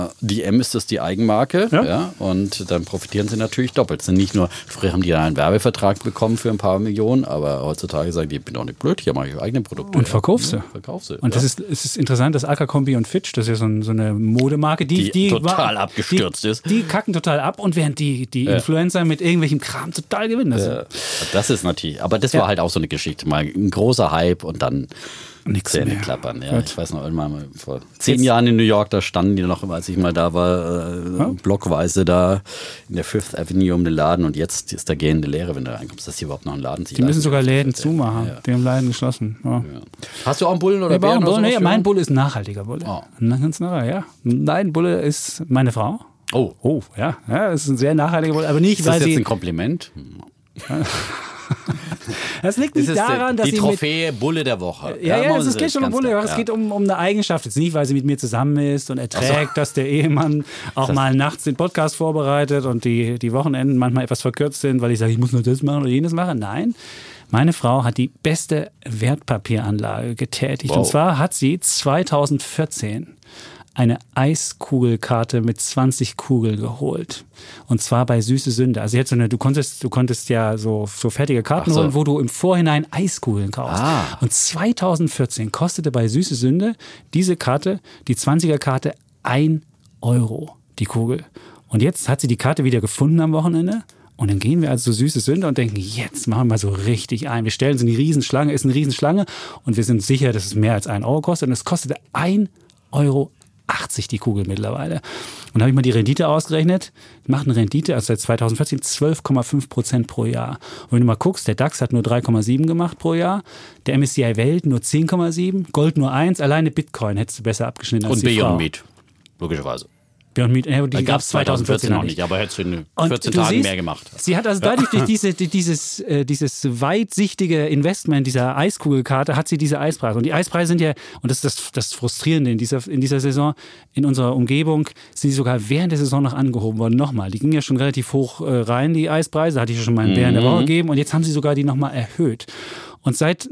A: DM ist das die Eigenmarke, ja, und dann profitieren sie natürlich doppelt. Sind nicht nur, früher haben die einen Werbevertrag bekommen für ein paar Millionen, aber heutzutage sagen die, ich bin doch nicht blöd, hier mache ich eigene Produkte.
B: Und verkauf sie. Und es ist interessant, dass Abercrombie und Fitch, das ist ja so eine Modemarke, die
A: total abgestürzt ist.
B: Die kacken total ab und während die Influencer mit irgendwelchem Kram total gewinnen.
A: Das ist natürlich, aber das war halt auch so eine Geschichte, mal ein großer Hype und dann
B: Zähne
A: klappern. Ja. Ich weiß noch, irgendwann vor 10 Jahren in New York, da standen die noch, als ich mal da war, blockweise da in der Fifth Avenue um den Laden und jetzt ist da gehende Leere, wenn du reinkommst, dass hier überhaupt noch ein Laden
B: ist. Die müssen sogar Läden zumachen. Ja. Die haben Läden geschlossen. Ja.
A: Ja. Hast du auch einen Bullen oder Bären?
B: Nee, mein Bulle ist ein nachhaltiger Bulle. Oh. Mein Bulle ist meine Frau. Oh, ja. Das ist ein sehr nachhaltiger Bulle. Aber nicht,
A: ist das jetzt ein Kompliment?
B: Das liegt nicht daran, dass
A: die Trophäe Bulle der Woche.
B: Es geht schon um Bulle. Es geht um eine Eigenschaft. Jetzt nicht, weil sie mit mir zusammen ist und erträgt, dass der Ehemann auch mal nachts den Podcast vorbereitet und die Wochenenden manchmal etwas verkürzt sind, weil ich sage, ich muss nur das machen oder jenes machen. Nein, meine Frau hat die beste Wertpapieranlage getätigt. Und zwar hat sie 2014 eine Eiskugelkarte mit 20 Kugeln geholt. Und zwar bei Süße Sünde. Also jetzt du konntest ja so fertige Karten holen, wo du im Vorhinein Eiskugeln kaufst. Und 2014 kostete bei Süße Sünde diese Karte, die 20er-Karte, 1 Euro, die Kugel. Und jetzt hat sie die Karte wieder gefunden am Wochenende. Und dann gehen wir also zu Süße Sünde und denken, jetzt machen wir mal so richtig ein. Wir stellen sie in die Riesenschlange, ist eine Riesenschlange. Und wir sind sicher, dass es mehr als 1 Euro kostet. Und es kostete 1,80 Euro die Kugel mittlerweile. Und da habe ich mal die Rendite ausgerechnet. Macht eine Rendite, also seit 2014, 12,5% pro Jahr. Und wenn du mal guckst, der DAX hat nur 3,7 gemacht pro Jahr, der MSCI Welt nur 10,7, Gold nur 1, alleine Bitcoin hättest du besser abgeschnitten als die Frau.
A: Und Beyond Meat, logischerweise.
B: Beyond Meat, die gab es 2014
A: noch nicht, aber hättest du in 14 Tagen mehr gemacht.
B: Sie hat also dadurch durch dieses weitsichtige Investment dieser Eiskugelkarte hat sie diese Eispreise. Und die Eispreise sind ja, und das ist das Frustrierende in dieser Saison, in unserer Umgebung, sind die sogar während der Saison noch angehoben worden. Nochmal, die gingen ja schon relativ hoch rein, die Eispreise, hatte ich ja schon mal während der Woche gegeben. Und jetzt haben sie sogar die nochmal erhöht. Und seit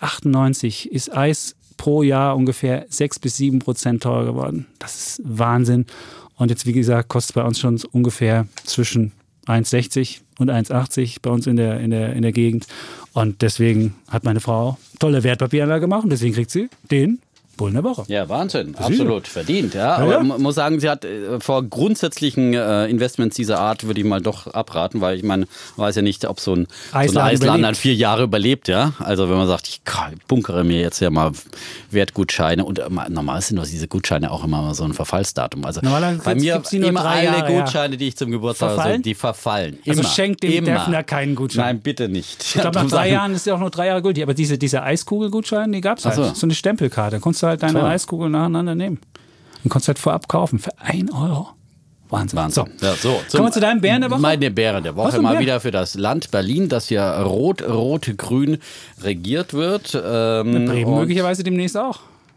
B: 1998 ist Eis pro Jahr ungefähr 6-7% teurer geworden. Das ist Wahnsinn. Und jetzt, wie gesagt, kostet es bei uns schon ungefähr zwischen 1,60 und 1,80 bei uns in der Gegend. Und deswegen hat meine Frau tolle Wertpapieranlage gemacht und deswegen kriegt sie den Bullen der Woche.
A: Ja, Wahnsinn. Absolut verdient. Ja. Aber man muss sagen, sie hat vor grundsätzlichen Investments dieser Art, würde ich mal doch abraten, weil ich meine, man weiß ja nicht, ob so ein Eisladen dann 4 Jahre überlebt. Ja? Also wenn man sagt, ich bunkere mir jetzt ja mal Wertgutscheine und normal sind doch diese Gutscheine auch immer so ein Verfallsdatum. Also bei mir immer alle Gutscheine, die ich zum Geburtstag habe, die verfallen. Immer.
B: Also schenkt dem Defner keinen Gutschein.
A: Nein, bitte nicht.
B: Ich glaube, nach 3 Jahren ist ja auch nur 3 Jahre gültig. Aber diese Eiskugelgutscheine, die gab es halt. So eine Stempelkarte. Da konntest du halt deine Eiskugeln nacheinander nehmen. Und konntest halt vorab kaufen für 1 Euro. Wahnsinn.
A: So. Ja,
B: kommen wir zu deinem Bären der Woche?
A: Meine Bären der Woche mal wieder für das Land Berlin, das ja rot-grün regiert wird.
B: Bremen möglicherweise demnächst auch.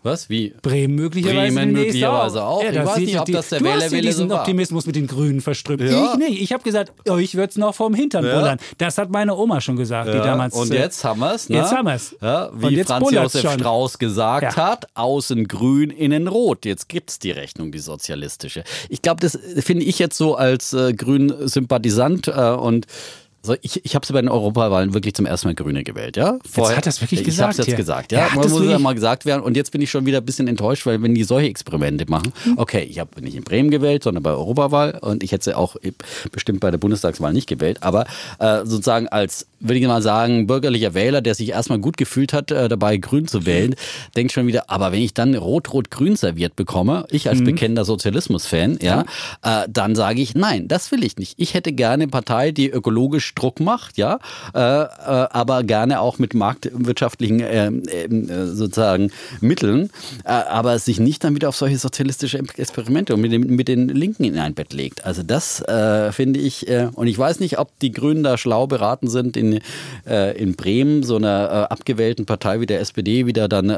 A: Was? Wie?
B: Bremen möglicherweise.
A: Bremen möglicherweise auch.
B: Ja,
A: ich weiß nicht, ob das der Wählerwille
B: diesen
A: so war.
B: Optimismus mit den Grünen verströmt.
A: Ja.
B: Ich nicht. Ich habe gesagt, euch wird es noch vorm Hintern bullern. Das hat meine Oma schon gesagt, die damals...
A: Und jetzt haben wir es. Ne?
B: Jetzt haben wir es.
A: Ja, wie Franz Josef Strauß gesagt hat, außen grün, innen rot. Jetzt gibt es die Rechnung, die sozialistische. Ich glaube, das finde ich jetzt so als Grün-Sympathisant und ich habe sie bei den Europawahlen wirklich zum ersten Mal Grüne gewählt, ja?
B: Jetzt hat das wirklich gesagt.
A: Ich habe es jetzt gesagt, ja. Man muss ja mal gesagt werden. Und jetzt bin ich schon wieder ein bisschen enttäuscht, weil wenn die solche Experimente machen, okay, ich habe nicht in Bremen gewählt, sondern bei der Europawahl und ich hätte sie auch bestimmt bei der Bundestagswahl nicht gewählt, aber sozusagen als, würde ich mal sagen, bürgerlicher Wähler, der sich erstmal gut gefühlt hat, dabei Grün zu wählen, denkt schon wieder, aber wenn ich dann Rot-Rot-Grün serviert bekomme, ich als bekennender Sozialismus-Fan, dann sage ich, nein, das will ich nicht. Ich hätte gerne eine Partei, die ökologisch Druck macht, ja, aber gerne auch mit marktwirtschaftlichen sozusagen Mitteln, aber sich nicht dann wieder auf solche sozialistische Experimente und mit den Linken in ein Bett legt. Also das finde ich, und ich weiß nicht, ob die Grünen da schlau beraten sind, in Bremen so einer abgewählten Partei wie der SPD wieder dann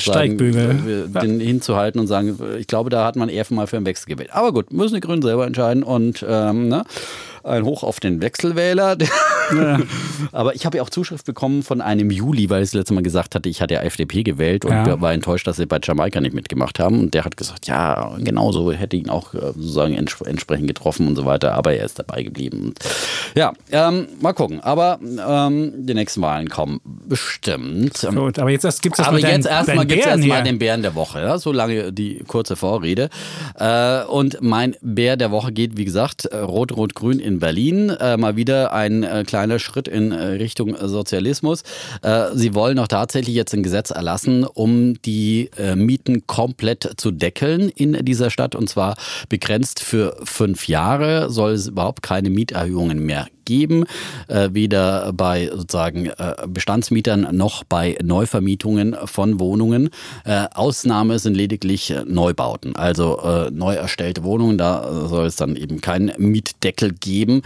A: den hinzuhalten und sagen, ich glaube, da hat man eher mal für einen Wechsel gewählt. Aber gut, müssen die Grünen selber entscheiden und ein Hoch auf den Wechselwähler. Ja. Aber ich habe ja auch Zuschrift bekommen von einem Juli, weil ich das letzte Mal gesagt hatte, ich hatte ja FDP gewählt und war enttäuscht, dass sie bei Jamaika nicht mitgemacht haben. Und der hat gesagt, ja, genauso hätte ihn auch sozusagen entsprechend getroffen und so weiter. Aber er ist dabei geblieben. Ja, mal gucken. Aber die nächsten Wahlen kommen bestimmt.
B: Gut, aber jetzt gibt es
A: erstmal den Bären der Woche. Ja? So lange die kurze Vorrede. Und mein Bär der Woche geht, wie gesagt, Rot-Rot-Grün in Berlin. Mal wieder ein kleiner Schritt in Richtung Sozialismus. Sie wollen auch tatsächlich jetzt ein Gesetz erlassen, um die Mieten komplett zu deckeln in dieser Stadt. Und zwar begrenzt für 5 Jahre soll es überhaupt keine Mieterhöhungen mehr geben, weder bei sozusagen Bestandsmietern noch bei Neuvermietungen von Wohnungen. Ausnahme sind lediglich Neubauten, also neu erstellte Wohnungen, da soll es dann eben keinen Mietdeckel geben.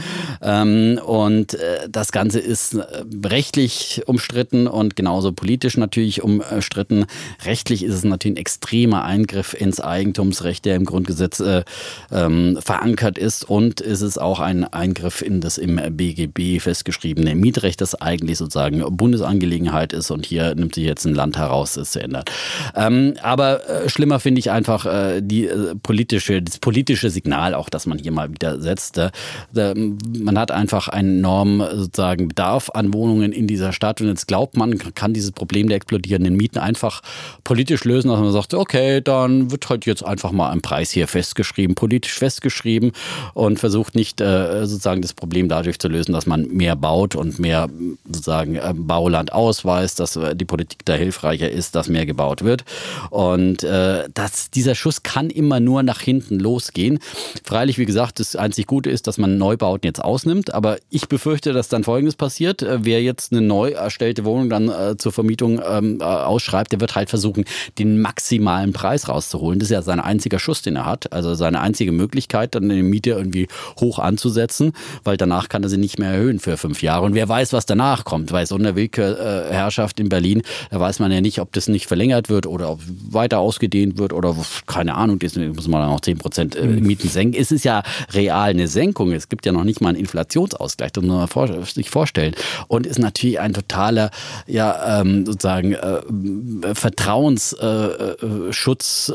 A: Und das Ganze ist rechtlich umstritten und genauso politisch natürlich umstritten. Rechtlich ist es natürlich ein extremer Eingriff ins Eigentumsrecht, der im Grundgesetz verankert ist, und ist es auch ein Eingriff in das im BGB festgeschriebene Mietrecht, das eigentlich sozusagen Bundesangelegenheit ist, und hier nimmt sich jetzt ein Land heraus, es zu ändern. Aber schlimmer finde ich einfach das politische Signal auch, das man hier mal wieder setzt. Man hat einfach einen enormen sozusagen Bedarf an Wohnungen in dieser Stadt, und jetzt glaubt man, kann dieses Problem der explodierenden Mieten einfach politisch lösen, dass man sagt, okay, dann wird halt jetzt einfach mal ein Preis hier festgeschrieben, politisch festgeschrieben, und versucht nicht sozusagen das Problem dadurch zu lösen, dass man mehr baut und mehr sozusagen Bauland ausweist, dass die Politik da hilfreicher ist, dass mehr gebaut wird. Und dieser Schuss kann immer nur nach hinten losgehen. Freilich, wie gesagt, das einzig Gute ist, dass man Neubauten jetzt ausnimmt, aber ich befürchte, dass dann Folgendes passiert. Wer jetzt eine neu erstellte Wohnung dann zur Vermietung ausschreibt, der wird halt versuchen, den maximalen Preis rauszuholen. Das ist ja sein einziger Schuss, den er hat. Also seine einzige Möglichkeit, dann die Miete irgendwie hoch anzusetzen, weil danach kann er sie nicht mehr erhöhen für 5 Jahre. Und wer weiß, was danach kommt, weil so eine Willkürherrschaft in Berlin, da weiß man ja nicht, ob das nicht verlängert wird oder ob weiter ausgedehnt wird oder keine Ahnung, deswegen muss man dann auch 10% Mieten senken. Es ist ja real eine Senkung. Es gibt ja noch nicht mal einen Inflationsausgleich, das muss man sich vorstellen. Und ist natürlich ein totaler, sozusagen Vertrauensschutz,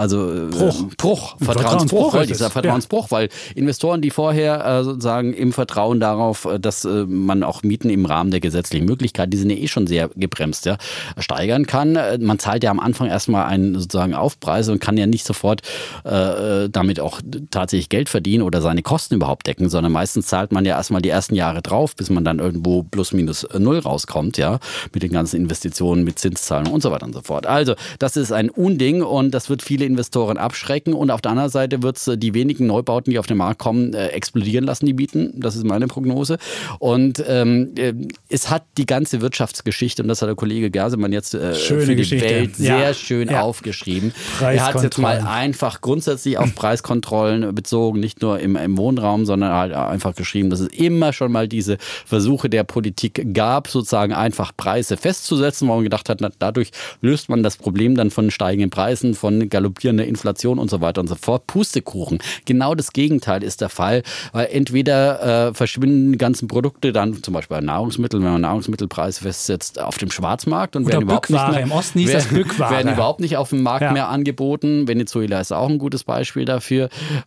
A: Vertrauensbruch, weil Investoren, die vorher sozusagen im Vertrauen darauf, dass man auch Mieten im Rahmen der gesetzlichen Möglichkeiten, die sind ja schon sehr gebremst, steigern kann. Man zahlt ja am Anfang erstmal einen sozusagen Aufpreis und kann ja nicht sofort damit auch tatsächlich Geld verdienen oder seine Kosten überhaupt decken, sondern meistens zahlt man ja erstmal die ersten Jahre drauf, bis man dann irgendwo plus minus null rauskommt, mit den ganzen Investitionen, mit Zinszahlungen und so weiter und so fort. Also das ist ein Unding, und das wird viele Investoren abschrecken, und auf der anderen Seite wird es die wenigen Neubauten, die auf den Markt kommen, explodieren lassen, die Mieten. Das ist meine Prognose. Und es hat die ganze Wirtschaftsgeschichte, und das hat der Kollege Gersemann jetzt für die
B: Geschichte.
A: Welt sehr schön aufgeschrieben. Er hat es jetzt mal einfach grundsätzlich auf Preiskontrollen bezogen, nicht nur im Wohnraum, sondern halt einfach geschrieben, dass es immer schon mal diese Versuche der Politik gab, sozusagen einfach Preise festzusetzen, wo man gedacht hat, dadurch löst man das Problem dann von steigenden Preisen, von galoppierender Inflation und so weiter und so fort. Pustekuchen. Genau das Gegenteil ist der Fall, weil entweder verschwinden die ganzen Produkte dann zum Beispiel bei Nahrungsmitteln, wenn man Nahrungsmittelpreise festsetzt, auf dem Schwarzmarkt und werden überhaupt nicht mehr,
B: im Osten hieß das Bückware.
A: Werden überhaupt nicht auf dem Markt mehr angeboten. Venezuela ist auch ein gutes Beispiel dafür.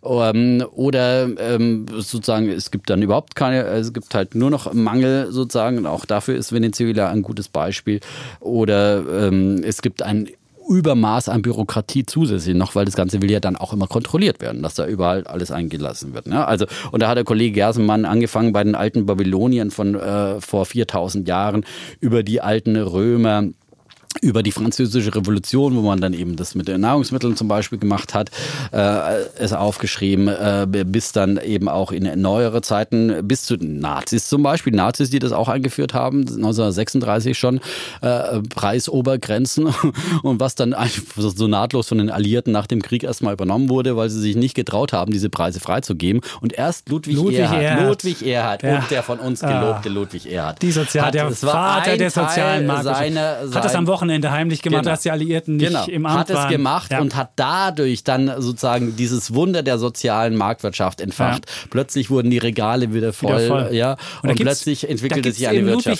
A: Oder sozusagen, es gibt dann überhaupt keine, es gibt halt nur noch Mangel sozusagen. Und auch dafür ist Venezuela ein gutes Beispiel. Oder es gibt ein Übermaß an Bürokratie zusätzlich noch, weil das Ganze will ja dann auch immer kontrolliert werden, dass da überall alles eingelassen wird. Ne? Also, und da hat der Kollege Gersemann angefangen bei den alten Babyloniern von vor 4000 Jahren über die alten Römer, über die Französische Revolution, wo man dann eben das mit den Nahrungsmitteln zum Beispiel gemacht hat, es aufgeschrieben, bis dann eben auch in neuere Zeiten, bis zu den Nazis zum Beispiel, Nazis, die das auch eingeführt haben, 1936 schon, Preisobergrenzen und was dann so nahtlos von den Alliierten nach dem Krieg erstmal übernommen wurde, weil sie sich nicht getraut haben, diese Preise freizugeben. Und erst Ludwig Erhard und der von uns gelobte Ludwig Erhard.
B: Der Vater der sozialen Marktwirtschaft. Hat das am Wochenende heimlich gemacht, dass die Alliierten nicht im Amt waren.
A: Hat es gemacht und hat dadurch dann sozusagen dieses Wunder der sozialen Marktwirtschaft entfacht. Ja. Plötzlich wurden die Regale wieder voll. Ja, und plötzlich entwickelte sich eine Wirtschaft.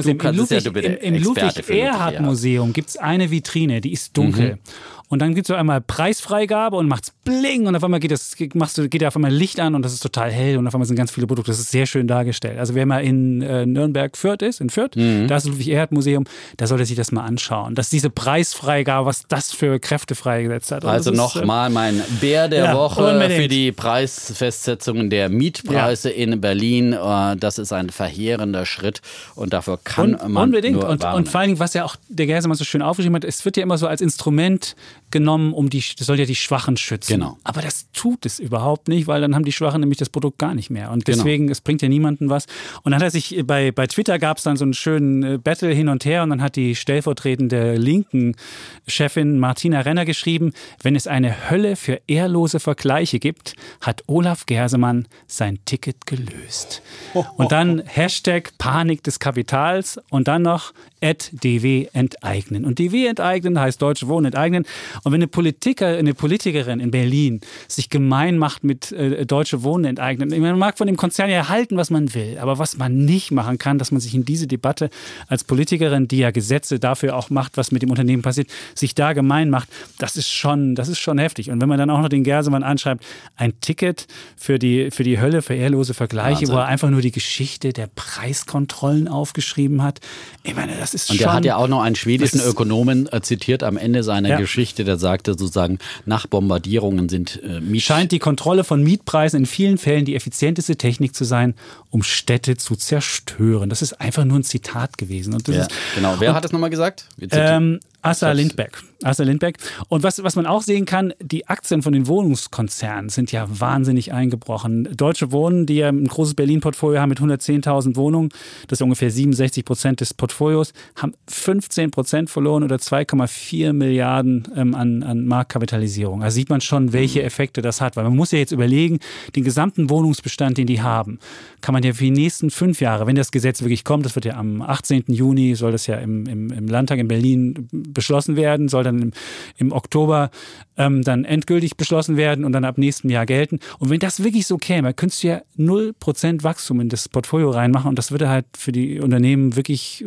B: Im Ludwig-Erhard-Museum gibt es eine Vitrine, die ist dunkel. Und dann gibt es so einmal Preisfreigabe und macht's bling und auf einmal geht da auf einmal Licht an und das ist total hell und auf einmal sind ganz viele Produkte. Das ist sehr schön dargestellt. Also wer mal in Nürnberg-Fürth ist, da ist das Ludwig-Erhard-Museum, da sollte sich das mal anschauen. Dass diese Preisfreigabe, was das für Kräfte freigesetzt hat.
A: Also nochmal mein Bär der Woche für die Preisfestsetzungen der Mietpreise in Berlin. Das ist ein verheerender Schritt und dafür kann man
B: unbedingt.
A: Nur warnen.
B: Und vor allen Dingen, was ja auch der Gersemann so schön aufgeschrieben hat, es wird ja immer so als Instrument genommen, das soll ja die Schwachen schützen.
A: Genau.
B: Aber das tut es überhaupt nicht, weil dann haben die Schwachen nämlich das Produkt gar nicht mehr. Und deswegen, es bringt ja niemandem was. Und dann hat er sich, bei Twitter gab es dann so einen schönen Battle hin und her und dann hat die stellvertretende linken Chefin Martina Renner geschrieben, wenn es eine Hölle für ehrlose Vergleiche gibt, hat Olaf Gersemann sein Ticket gelöst. Und dann Hashtag Panik des Kapitals und dann noch @DW enteignen. Und DW enteignen heißt Deutsche Wohnen enteignen. Und wenn eine Politikerin in Berlin sich gemein macht mit Deutsche Wohnen enteignen, man mag von dem Konzern ja halten, was man will, aber was man nicht machen kann, dass man sich in diese Debatte als Politikerin, die ja Gesetze dafür auch macht, was mit dem Unternehmen passiert, sich da gemein macht, das ist schon heftig. Und wenn man dann auch noch den Gersemann anschreibt, ein Ticket für die Hölle, für ehrlose Vergleiche, Wahnsinn, wo er einfach nur die Geschichte der Preiskontrollen aufgeschrieben hat. Ich meine, das ist schon...
A: Und der hat ja auch noch einen schwedischen Ökonomen zitiert am Ende seiner Geschichte, der sagte sozusagen, nach Bombardierungen sind
B: scheint die Kontrolle von Mietpreisen in vielen Fällen die effizienteste Technik zu sein, um Städte zu zerstören. Das ist einfach nur ein Zitat gewesen. Und das ist,
A: genau. Wer hat das nochmal gesagt?
B: Assar Lindbeck. Und was man auch sehen kann, die Aktien von den Wohnungskonzernen sind ja wahnsinnig eingebrochen. Deutsche Wohnen, die ja ein großes Berlin-Portfolio haben mit 110.000 Wohnungen, das ist ungefähr 67% des Portfolios, haben 15% verloren oder 2,4 Milliarden an Marktkapitalisierung. Also sieht man schon, welche Effekte das hat. Weil man muss ja jetzt überlegen, den gesamten Wohnungsbestand, den die haben, kann man ja für die nächsten 5 Jahre, wenn das Gesetz wirklich kommt, das wird ja am 18. Juni, soll das ja im Landtag in Berlin beschlossen werden, soll dann im Oktober dann endgültig beschlossen werden und dann ab nächstem Jahr gelten. Und wenn das wirklich so käme, könntest du ja 0% Wachstum in das Portfolio reinmachen und das würde halt für die Unternehmen wirklich,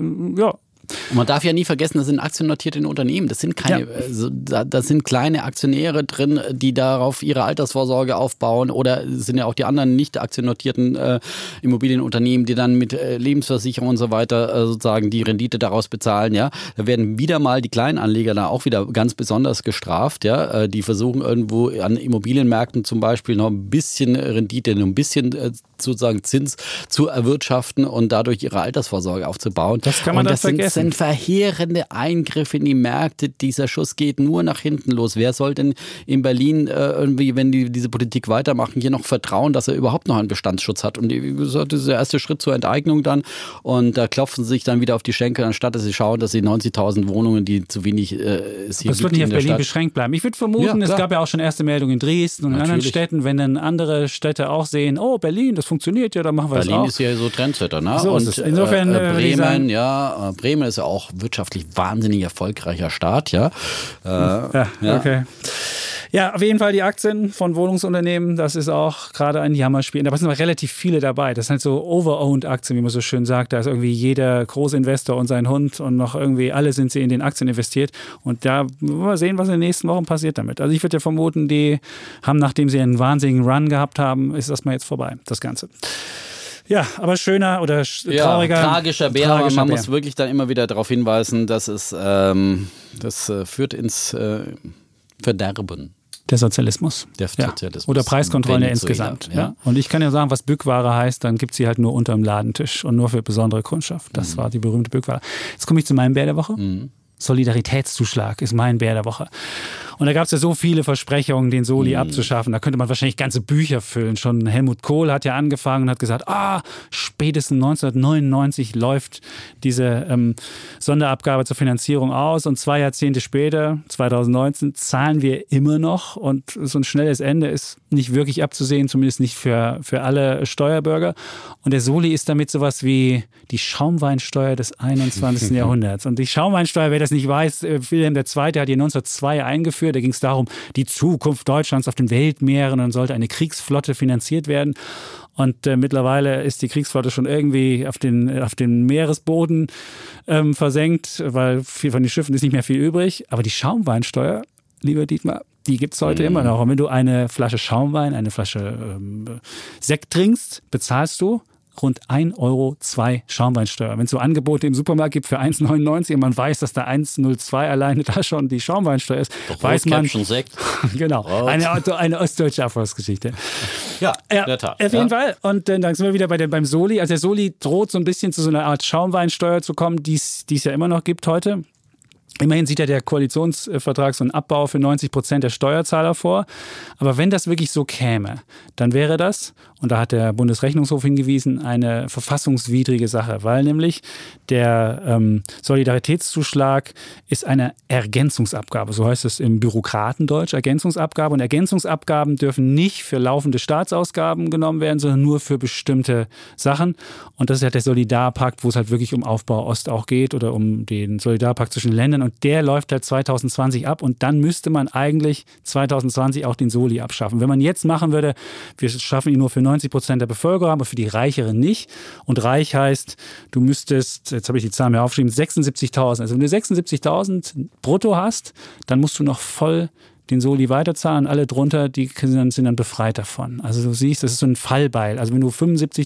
A: Und man darf ja nie vergessen, das sind aktiennotierte Unternehmen. Das sind keine, das sind kleine Aktionäre drin, die darauf ihre Altersvorsorge aufbauen. Oder es sind ja auch die anderen nicht aktiennotierten Immobilienunternehmen, die dann mit Lebensversicherung und so weiter sozusagen die Rendite daraus bezahlen. Ja, da werden wieder mal die Kleinanleger da auch wieder ganz besonders gestraft. Ja, die versuchen irgendwo an Immobilienmärkten zum Beispiel noch ein bisschen Rendite, ein bisschen sozusagen Zins zu erwirtschaften und dadurch ihre Altersvorsorge aufzubauen.
B: Das kann man dann vergessen.
A: Das sind verheerende Eingriffe in die Märkte. Dieser Schuss geht nur nach hinten los. Wer soll denn in Berlin irgendwie, wenn die diese Politik weitermachen, hier noch vertrauen, dass er überhaupt noch einen Bestandsschutz hat? Und wie gesagt, das ist der erste Schritt zur Enteignung dann. Und da klopfen sie sich dann wieder auf die Schenkel, anstatt dass sie schauen, dass sie 90.000 Wohnungen, die zu wenig ist.
B: Das wird nicht auf Berlin beschränkt bleiben. Ich würde vermuten, es gab ja auch schon erste Meldungen in Dresden und in anderen Städten, wenn dann andere Städte auch sehen, oh, Berlin, das funktioniert ja, dann machen wir das auch.
A: Berlin ist ja so Trendsetter, ne?
B: So ist es. Insofern
A: Bremen, Bremen ist ja auch wirtschaftlich wahnsinnig erfolgreicher Staat, ja.
B: Okay. Ja, auf jeden Fall die Aktien von Wohnungsunternehmen, das ist auch gerade ein Jammerspiel. Da sind aber relativ viele dabei. Das sind halt so overowned Aktien, wie man so schön sagt. Da ist irgendwie jeder Großinvestor und sein Hund und noch irgendwie alle sind sie in den Aktien investiert. Und da mal sehen, was in den nächsten Wochen passiert damit. Also ich würde ja vermuten, die haben, nachdem sie einen wahnsinnigen Run gehabt haben, ist das mal jetzt vorbei, das Ganze. Ja, aber schöner oder trauriger.
A: Tragischer Bär. Man muss wirklich dann immer wieder darauf hinweisen, dass es das führt ins Verderben.
B: Der Sozialismus. Oder Preiskontrolle insgesamt. Ja. Und ich kann ja sagen, was Bückware heißt, dann gibt es sie halt nur unterm Ladentisch und nur für besondere Kundschaft. Das war die berühmte Bückware. Jetzt komme ich zu meinem Bär der Woche. Solidaritätszuschlag ist mein Bär der Woche. Und da gab es ja so viele Versprechungen, den Soli abzuschaffen. Da könnte man wahrscheinlich ganze Bücher füllen. Schon Helmut Kohl hat ja angefangen und hat gesagt, spätestens 1999 läuft diese Sonderabgabe zur Finanzierung aus. Und 2 Jahrzehnte später, 2019, zahlen wir immer noch. Und so ein schnelles Ende ist nicht wirklich abzusehen, zumindest nicht für alle Steuerbürger. Und der Soli ist damit sowas wie die Schaumweinsteuer des 21. Jahrhunderts. Und die Schaumweinsteuer, wer das nicht weiß, Wilhelm II. Hat die 1902 eingeführt. Da ging es darum, die Zukunft Deutschlands auf den Weltmeeren, und dann sollte eine Kriegsflotte finanziert werden. Und mittlerweile ist die Kriegsflotte schon irgendwie auf den Meeresboden versenkt, weil von den Schiffen ist nicht mehr viel übrig. Aber die Schaumweinsteuer, lieber Dietmar, die gibt es heute immer noch. Und wenn du eine Flasche Schaumwein, eine Flasche Sekt trinkst, bezahlst du rund 1,02 Euro Schaumweinsteuer. Wenn es so Angebote im Supermarkt gibt für 1,99 und man weiß, dass da 1,02 alleine da schon die Schaumweinsteuer ist,
A: doch,
B: weiß man.
A: Sekt.
B: Genau, eine ostdeutsche Erfolgsgeschichte.
A: Ja, in der Tat.
B: Auf jeden Fall. Und dann sind wir wieder beim Soli. Also der Soli droht so ein bisschen zu so einer Art Schaumweinsteuer zu kommen, die es ja immer noch gibt heute. Immerhin sieht ja der Koalitionsvertrag so einen Abbau für 90% der Steuerzahler vor. Aber wenn das wirklich so käme, dann wäre das, und da hat der Bundesrechnungshof hingewiesen, eine verfassungswidrige Sache, weil nämlich der Solidaritätszuschlag ist eine Ergänzungsabgabe. So heißt es im Bürokratendeutsch, Ergänzungsabgabe. Und Ergänzungsabgaben dürfen nicht für laufende Staatsausgaben genommen werden, sondern nur für bestimmte Sachen. Und das ist halt der Solidarpakt, wo es halt wirklich um Aufbau Ost auch geht oder um den Solidarpakt zwischen Ländern. Und der läuft halt 2020 ab und dann müsste man eigentlich 2020 auch den Soli abschaffen. Wenn man jetzt machen würde, wir schaffen ihn nur für 90% der Bevölkerung, aber für die Reicheren nicht. Und reich heißt, du müsstest, jetzt habe ich die Zahl mir aufgeschrieben, 76.000. Also wenn du 76.000 brutto hast, dann musst du noch voll den Soli weiterzahlen. Alle drunter, die sind dann befreit davon. Also du siehst, das ist so ein Fallbeil. Also wenn du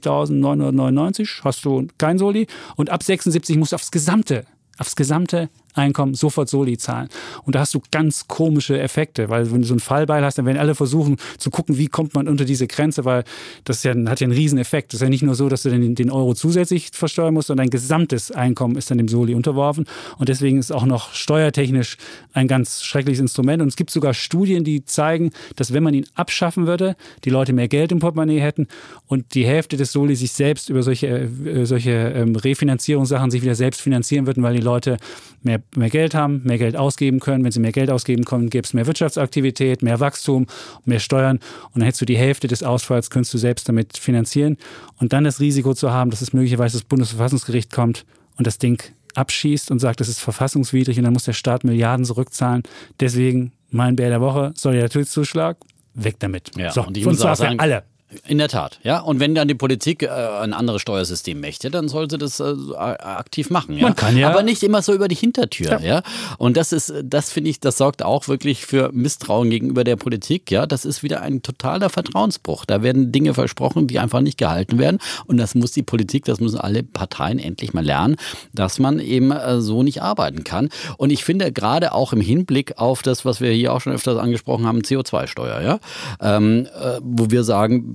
B: 75.999 hast du kein Soli und ab 76 musst du aufs gesamte Einkommen sofort Soli zahlen. Und da hast du ganz komische Effekte, weil wenn du so ein Fallbeil hast, dann werden alle versuchen zu gucken, wie kommt man unter diese Grenze, weil das hat ja einen riesen Effekt. Das ist ja nicht nur so, dass du den Euro zusätzlich versteuern musst, sondern dein gesamtes Einkommen ist dann dem Soli unterworfen. Und deswegen ist es auch noch steuertechnisch ein ganz schreckliches Instrument. Und es gibt sogar Studien, die zeigen, dass wenn man ihn abschaffen würde, die Leute mehr Geld im Portemonnaie hätten und die Hälfte des Soli sich selbst über solche Refinanzierungssachen sich wieder selbst finanzieren würden, weil die Leute mehr Geld haben, mehr Geld ausgeben können. Wenn sie mehr Geld ausgeben können, gäbe es mehr Wirtschaftsaktivität, mehr Wachstum, mehr Steuern. Und dann hättest du die Hälfte des Ausfalls, könntest du selbst damit finanzieren. Und dann das Risiko zu haben, dass es möglicherweise das Bundesverfassungsgericht kommt und das Ding abschießt und sagt, das ist verfassungswidrig und dann muss der Staat Milliarden zurückzahlen. Deswegen mein Bär der Woche, Solidaritätszuschlag, weg damit.
A: Ja,
B: so,
A: und ich muss
B: auch
A: sagen,
B: für alle.
A: In der Tat, ja. Und wenn dann die Politik ein anderes Steuersystem möchte, dann soll sie das aktiv machen. Ja?
B: Man kann ja.
A: Aber nicht immer so über die Hintertür. Ja. Und das finde ich, das sorgt auch wirklich für Misstrauen gegenüber der Politik. Ja, das ist wieder ein totaler Vertrauensbruch. Da werden Dinge versprochen, die einfach nicht gehalten werden. Und das muss die Politik, das müssen alle Parteien endlich mal lernen, dass man eben so nicht arbeiten kann. Und ich finde gerade auch im Hinblick auf das, was wir hier auch schon öfters angesprochen haben, CO2-Steuer, ja, wo wir sagen,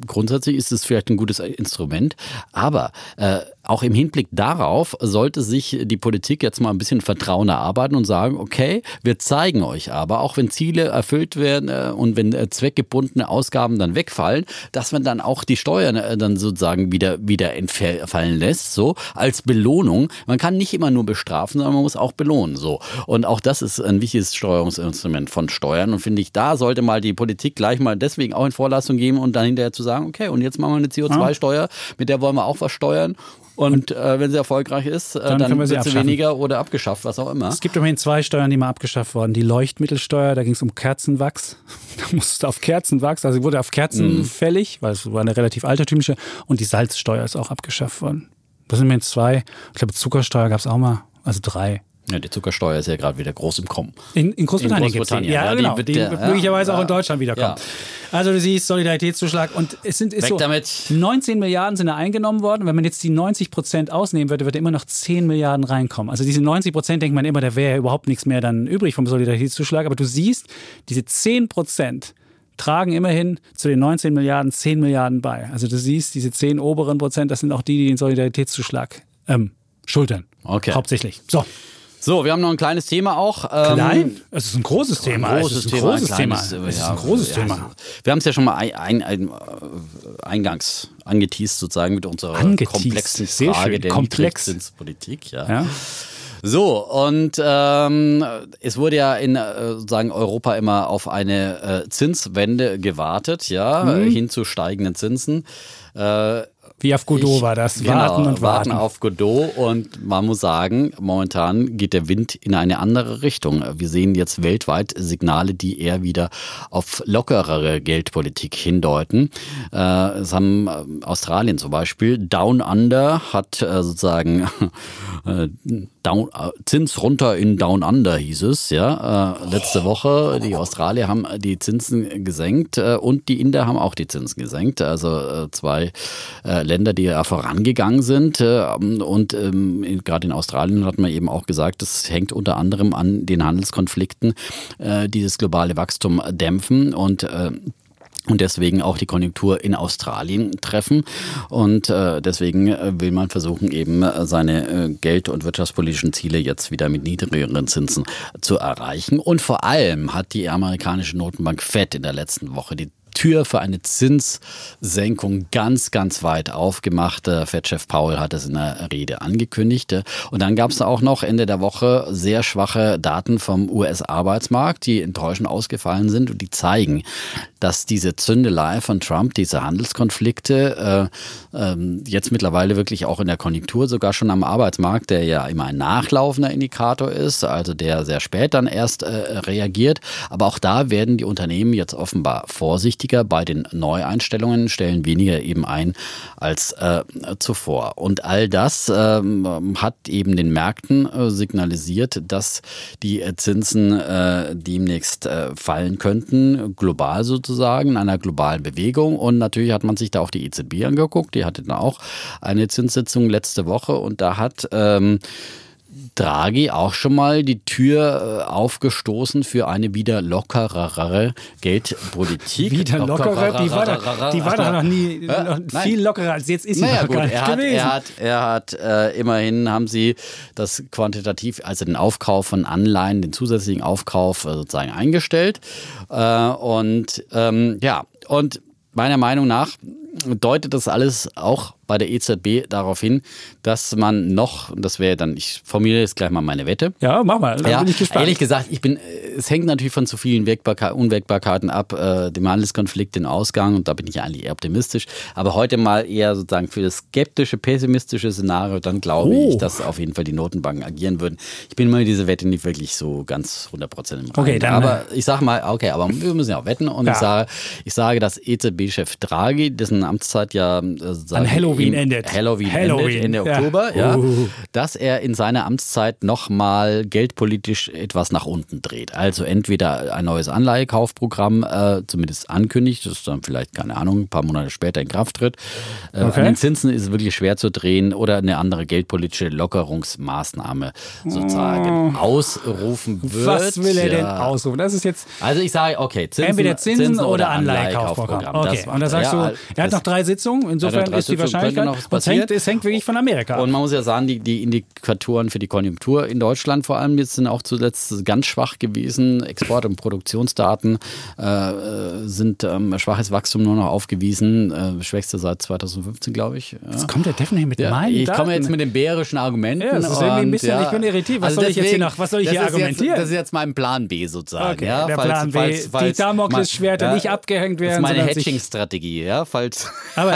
A: grundsätzlich ist es vielleicht ein gutes Instrument, aber auch im Hinblick darauf sollte sich die Politik jetzt mal ein bisschen Vertrauen erarbeiten und sagen, okay, wir zeigen euch aber, auch wenn Ziele erfüllt werden und wenn zweckgebundene Ausgaben dann wegfallen, dass man dann auch die Steuern dann sozusagen wieder entfallen lässt, so als Belohnung. Man kann nicht immer nur bestrafen, sondern man muss auch belohnen, so. Und auch das ist ein wichtiges Steuerungsinstrument von Steuern und finde ich, da sollte mal die Politik gleich mal deswegen auch in Vorleistung geben und dann hinterher zu sagen, okay, und jetzt machen wir eine CO2-Steuer, mit der wollen wir auch was steuern. Und wenn sie erfolgreich ist, dann wird sie weniger oder abgeschafft, was auch immer.
B: Es gibt immerhin 2 Steuern, die mal abgeschafft wurden. Die Leuchtmittelsteuer, da ging es um Kerzenwachs. Da musste auf Kerzenwachs, also wurde auf Kerzen fällig, weil es war eine relativ altertümliche. Und die Salzsteuer ist auch abgeschafft worden. Das sind immerhin 2. Ich glaube, Zuckersteuer gab es auch mal, also 3.
A: Ja, die Zuckersteuer ist ja gerade wieder groß im Kommen.
B: In Großbritannien gibt es die. Ja, genau. Die wird möglicherweise auch in Deutschland wiederkommen. Ja. Also du siehst, Solidaritätszuschlag. Und es ist
A: weg
B: so,
A: damit.
B: 19 Milliarden sind da eingenommen worden. Wenn man jetzt die 90% ausnehmen würde, würde immer noch 10 Milliarden reinkommen. Also diese 90% denkt man immer, da wäre ja überhaupt nichts mehr dann übrig vom Solidaritätszuschlag. Aber du siehst, diese 10% tragen immerhin zu den 19 Milliarden 10 Milliarden bei. Also du siehst, diese 10 oberen Prozent, das sind auch die den Solidaritätszuschlag schultern.
A: Okay.
B: Hauptsächlich.
A: So, wir haben noch ein kleines Thema auch.
B: Klein? Es ist ein großes Thema. Es ist ein großes Thema.
A: Wir haben es ja schon mal eingangs angeteast, sozusagen mit unserer komplexen Frage der Niedrigzinspolitik. Ja. So, und es wurde ja in sagen Europa immer auf eine Zinswende gewartet, hin zu steigenden Zinsen.
B: Wie auf Godot war das.
A: Warten auf Godot. Und man muss sagen, momentan geht der Wind in eine andere Richtung. Wir sehen jetzt weltweit Signale, die eher wieder auf lockerere Geldpolitik hindeuten. Es haben Australien zum Beispiel, Down Under hat sozusagen Zins runter in Down Under hieß es. Letzte Woche, die Australier haben die Zinsen gesenkt und die Inder haben auch die Zinsen gesenkt. Also 2 Länder, die ja vorangegangen sind. Und gerade in Australien hat man eben auch gesagt, das hängt unter anderem an den Handelskonflikten, die das globale Wachstum dämpfen und deswegen auch die Konjunktur in Australien treffen. Und deswegen will man versuchen, eben seine geld- und wirtschaftspolitischen Ziele jetzt wieder mit niedrigeren Zinsen zu erreichen. Und vor allem hat die amerikanische Notenbank Fed in der letzten Woche die Tür für eine Zinssenkung ganz, ganz weit aufgemacht. Fed-Chef Powell hat es in der Rede angekündigt. Und dann gab es auch noch Ende der Woche sehr schwache Daten vom US-Arbeitsmarkt, die enttäuschend ausgefallen sind und die zeigen, dass diese Zündelei von Trump, diese Handelskonflikte jetzt mittlerweile wirklich auch in der Konjunktur, sogar schon am Arbeitsmarkt, der ja immer ein nachlaufender Indikator ist, also der sehr spät dann erst reagiert. Aber auch da werden die Unternehmen jetzt offenbar vorsichtiger bei den Neueinstellungen, stellen weniger eben ein als zuvor. Und all das hat eben den Märkten signalisiert, dass die Zinsen demnächst fallen könnten, global sozusagen, in einer globalen Bewegung. Und natürlich hat man sich da auch die EZB angeguckt. Die hatte dann auch eine Zinssitzung letzte Woche und da hat Draghi auch schon mal die Tür aufgestoßen für eine wieder lockerere Geldpolitik.
B: Wieder lockerer? Die war doch noch nie viel lockerer als jetzt ist sie noch gar nicht gewesen.
A: Er hat immerhin haben sie das quantitativ, also den Aufkauf von Anleihen, den zusätzlichen Aufkauf sozusagen eingestellt. Und meiner Meinung nach deutet das alles auch bei der EZB darauf hin, dass man noch, das wäre dann, ich formuliere jetzt gleich mal meine Wette.
B: Ja, mach mal, da bin ich gespannt.
A: Ehrlich gesagt, es hängt natürlich von zu vielen Unwägbarkeiten ab, dem Handelskonflikt, den Ausgang, und da bin ich eigentlich eher optimistisch. Aber heute mal eher sozusagen für das skeptische, pessimistische Szenario, dann glaube ich, dass auf jeden Fall die Notenbanken agieren würden. Ich bin mir diese Wette nicht wirklich so ganz 100% im Reinen.
B: Okay, dann,
A: aber ich sage mal, aber wir müssen ja auch wetten und ich sage, dass EZB-Chef Draghi, dessen Amtszeit ja
B: an Halloween Halloween endet.
A: Halloween endet Ende Oktober, ja, dass er in seiner Amtszeit nochmal geldpolitisch etwas nach unten dreht. Also entweder ein neues Anleihekaufprogramm zumindest ankündigt, das dann vielleicht, keine Ahnung, ein paar Monate später in Kraft tritt. An den Zinsen ist es wirklich schwer zu drehen oder eine andere geldpolitische Lockerungsmaßnahme sozusagen ausrufen wird.
B: Was will er denn ausrufen? Das ist jetzt.
A: Also ich sage, okay,
B: entweder Zinsen oder Anleihekaufprogramm. Okay. Und da sagst du, er hat noch 3 Sitzungen, insofern ist die Wahrscheinlichkeit. Und es hängt wirklich von Amerika ab.
A: Und man muss ja sagen, die Indikatoren für die Konjunktur in Deutschland vor allem jetzt sind auch zuletzt ganz schwach gewesen. Export- und Produktionsdaten sind schwaches Wachstum nur noch aufgewiesen. Schwächste seit 2015, glaube ich. Ja.
B: Jetzt kommt der Defner mit meinen
A: Ich
B: Daten.
A: komme jetzt mit den bärischen Argumenten.
B: Ja, das ist irgendwie ein bisschen, ich bin irritiert. Was soll ich hier argumentieren?
A: Das ist jetzt mein Plan B sozusagen.
B: Okay,
A: ja,
B: der Plan B. Die Damoklesschwerter nicht abgehängt werden.
A: Das ist meine Hedging-Strategie, ja,
B: Aber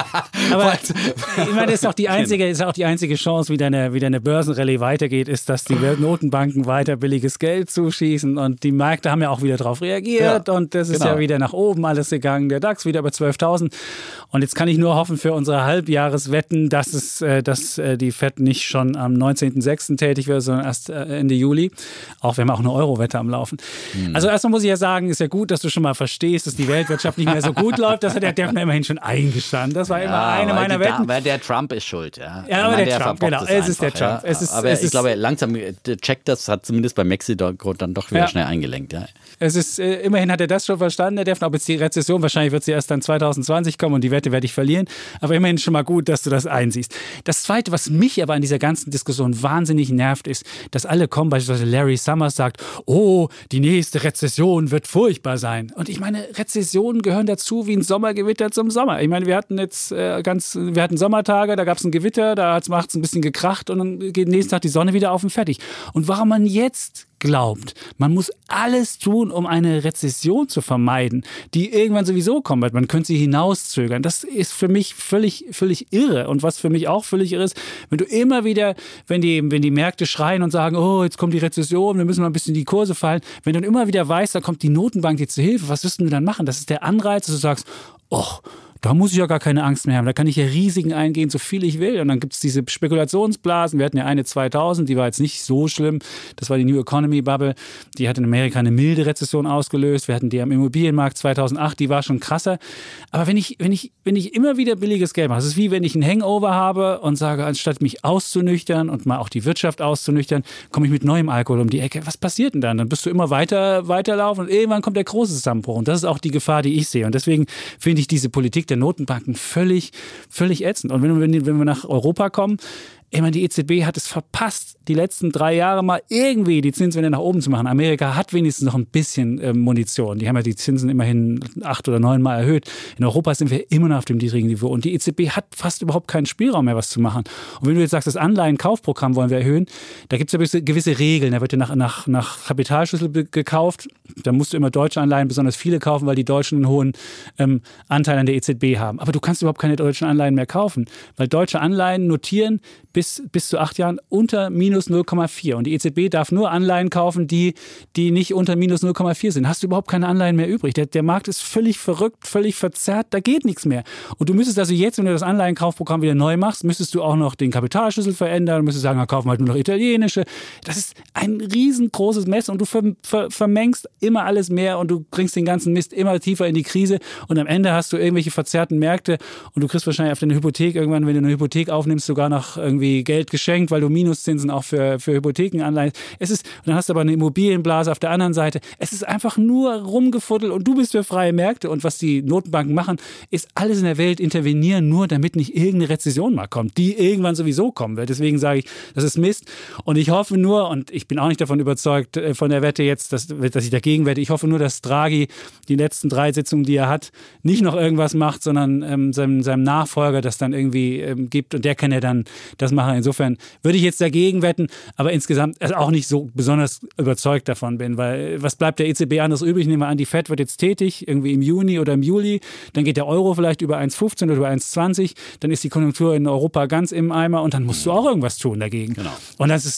B: ich meine, das ist auch die einzige Chance, wie deine Börsenrallye weitergeht, ist, dass die Notenbanken weiter billiges Geld zuschießen und die Märkte haben ja auch wieder darauf reagiert und das ist ja wieder nach oben alles gegangen, der DAX wieder über 12.000 und jetzt kann ich nur hoffen für unsere Halbjahreswetten, dass die FED nicht schon am 19.06. tätig wird, sondern erst Ende Juli, auch wir haben auch eine Euro-Wette am Laufen. Also erstmal muss ich ja sagen, ist ja gut, dass du schon mal verstehst, dass die Weltwirtschaft nicht mehr so gut läuft, das hat der Defner immerhin schon eingestanden. Das war immer eine meiner Wetten.
A: Aber der Trump ist schuld, ja.
B: Ja, aber der Trump, genau. Es ist der Trump.
A: Aber ich glaube, langsam checkt das, hat zumindest bei Mexiko dann doch wieder schnell eingelenkt, ja.
B: Es ist, immerhin hat er das schon verstanden, der Defner. Ob jetzt die Rezession, wahrscheinlich wird sie erst dann 2020 kommen und die Wette werde ich verlieren. Aber immerhin schon mal gut, dass du das einsiehst. Das Zweite, was mich aber an dieser ganzen Diskussion wahnsinnig nervt, ist, dass alle kommen, beispielsweise Larry Summers sagt, oh, die nächste Rezession wird furchtbar sein. Und ich meine, Rezessionen gehören dazu wie ein Sommergewitter zum Sommer. Ich meine, wir hatten jetzt wir hatten Sommertage, da gab es ein Gewitter, da macht es ein bisschen gekracht und dann geht nächsten Tag die Sonne wieder auf und fertig. Und warum man jetzt glaubt, man muss alles tun, um eine Rezession zu vermeiden, die irgendwann sowieso kommen wird. Man könnte sie hinauszögern. Das ist für mich völlig irre. Und was für mich auch völlig irre ist, wenn du immer wieder, wenn die Märkte schreien und sagen, oh, jetzt kommt die Rezession, wir müssen mal ein bisschen die Kurse fallen, wenn du dann immer wieder weißt, da kommt die Notenbank dir zu Hilfe, was wirst du dann machen? Das ist der Anreiz, dass du sagst, oh, da muss ich ja gar keine Angst mehr haben. Da kann ich ja Risiken eingehen, so viel ich will. Und dann gibt es diese Spekulationsblasen. Wir hatten ja eine 2000, die war jetzt nicht so schlimm. Das war die New Economy Bubble. Die hat in Amerika eine milde Rezession ausgelöst. Wir hatten die am Immobilienmarkt 2008, die war schon krasser. Aber wenn ich immer wieder billiges Geld mache, es ist wie wenn ich einen Hangover habe und sage, anstatt mich auszunüchtern und mal auch die Wirtschaft auszunüchtern, komme ich mit neuem Alkohol um die Ecke. Was passiert denn dann? Dann bist du immer weiterlaufen und irgendwann kommt der große Zusammenbruch. Und das ist auch die Gefahr, die ich sehe. Und deswegen finde ich diese Politik der Notenbanken völlig ätzend. Und wenn wir nach Europa kommen, ich meine, die EZB hat es verpasst, die letzten 3 Jahre mal irgendwie die Zinswende nach oben zu machen. Amerika hat wenigstens noch ein bisschen Munition. Die haben ja die Zinsen immerhin 8 oder 9 Mal erhöht. In Europa sind wir immer noch auf dem niedrigen Niveau. Und die EZB hat fast überhaupt keinen Spielraum mehr, was zu machen. Und wenn du jetzt sagst, das Anleihenkaufprogramm wollen wir erhöhen, da gibt es ja gewisse Regeln. Da wird ja nach Kapitalschlüssel gekauft. Da musst du immer deutsche Anleihen besonders viele kaufen, weil die Deutschen einen hohen Anteil an der EZB haben. Aber du kannst überhaupt keine deutschen Anleihen mehr kaufen, weil deutsche Anleihen notieren bis zu 8 Jahren unter minus 0,4. Und die EZB darf nur Anleihen kaufen, die nicht unter minus 0,4 sind. Hast du überhaupt keine Anleihen mehr übrig. Der Markt ist völlig verrückt, völlig verzerrt, da geht nichts mehr. Und du müsstest also jetzt, wenn du das Anleihenkaufprogramm wieder neu machst, müsstest du auch noch den Kapitalschlüssel verändern, müsstest sagen, wir kaufen halt nur noch italienische. Das ist ein riesengroßes Mess und du vermengst immer alles mehr und du bringst den ganzen Mist immer tiefer in die Krise und am Ende hast du irgendwelche verzerrten Märkte und du kriegst wahrscheinlich auf deine Hypothek irgendwann, wenn du eine Hypothek aufnimmst, sogar noch irgendwie Geld geschenkt, weil du Minuszinsen auch für Hypotheken anleihst. Dann hast du aber eine Immobilienblase auf der anderen Seite. Es ist einfach nur rumgefuddelt und du bist für freie Märkte und was die Notenbanken machen, ist alles in der Welt intervenieren, nur damit nicht irgendeine Rezession mal kommt, die irgendwann sowieso kommen wird. Deswegen sage ich, das ist Mist und ich hoffe nur, und ich bin auch nicht davon überzeugt von der Wette jetzt, dass ich dagegen wette, ich hoffe nur, dass Draghi die letzten 3 Sitzungen, die er hat, nicht noch irgendwas macht, sondern seinem Nachfolger das dann irgendwie gibt und der kann ja dann das machen. Insofern würde ich jetzt dagegen wetten, aber insgesamt auch nicht so besonders überzeugt davon bin, weil was bleibt der EZB anderes übrig? Ich nehme an, die FED wird jetzt tätig, irgendwie im Juni oder im Juli, dann geht der Euro vielleicht über 1,15 oder über 1,20, dann ist die Konjunktur in Europa ganz im Eimer und dann musst du auch irgendwas tun dagegen.
A: Genau.
B: Und dann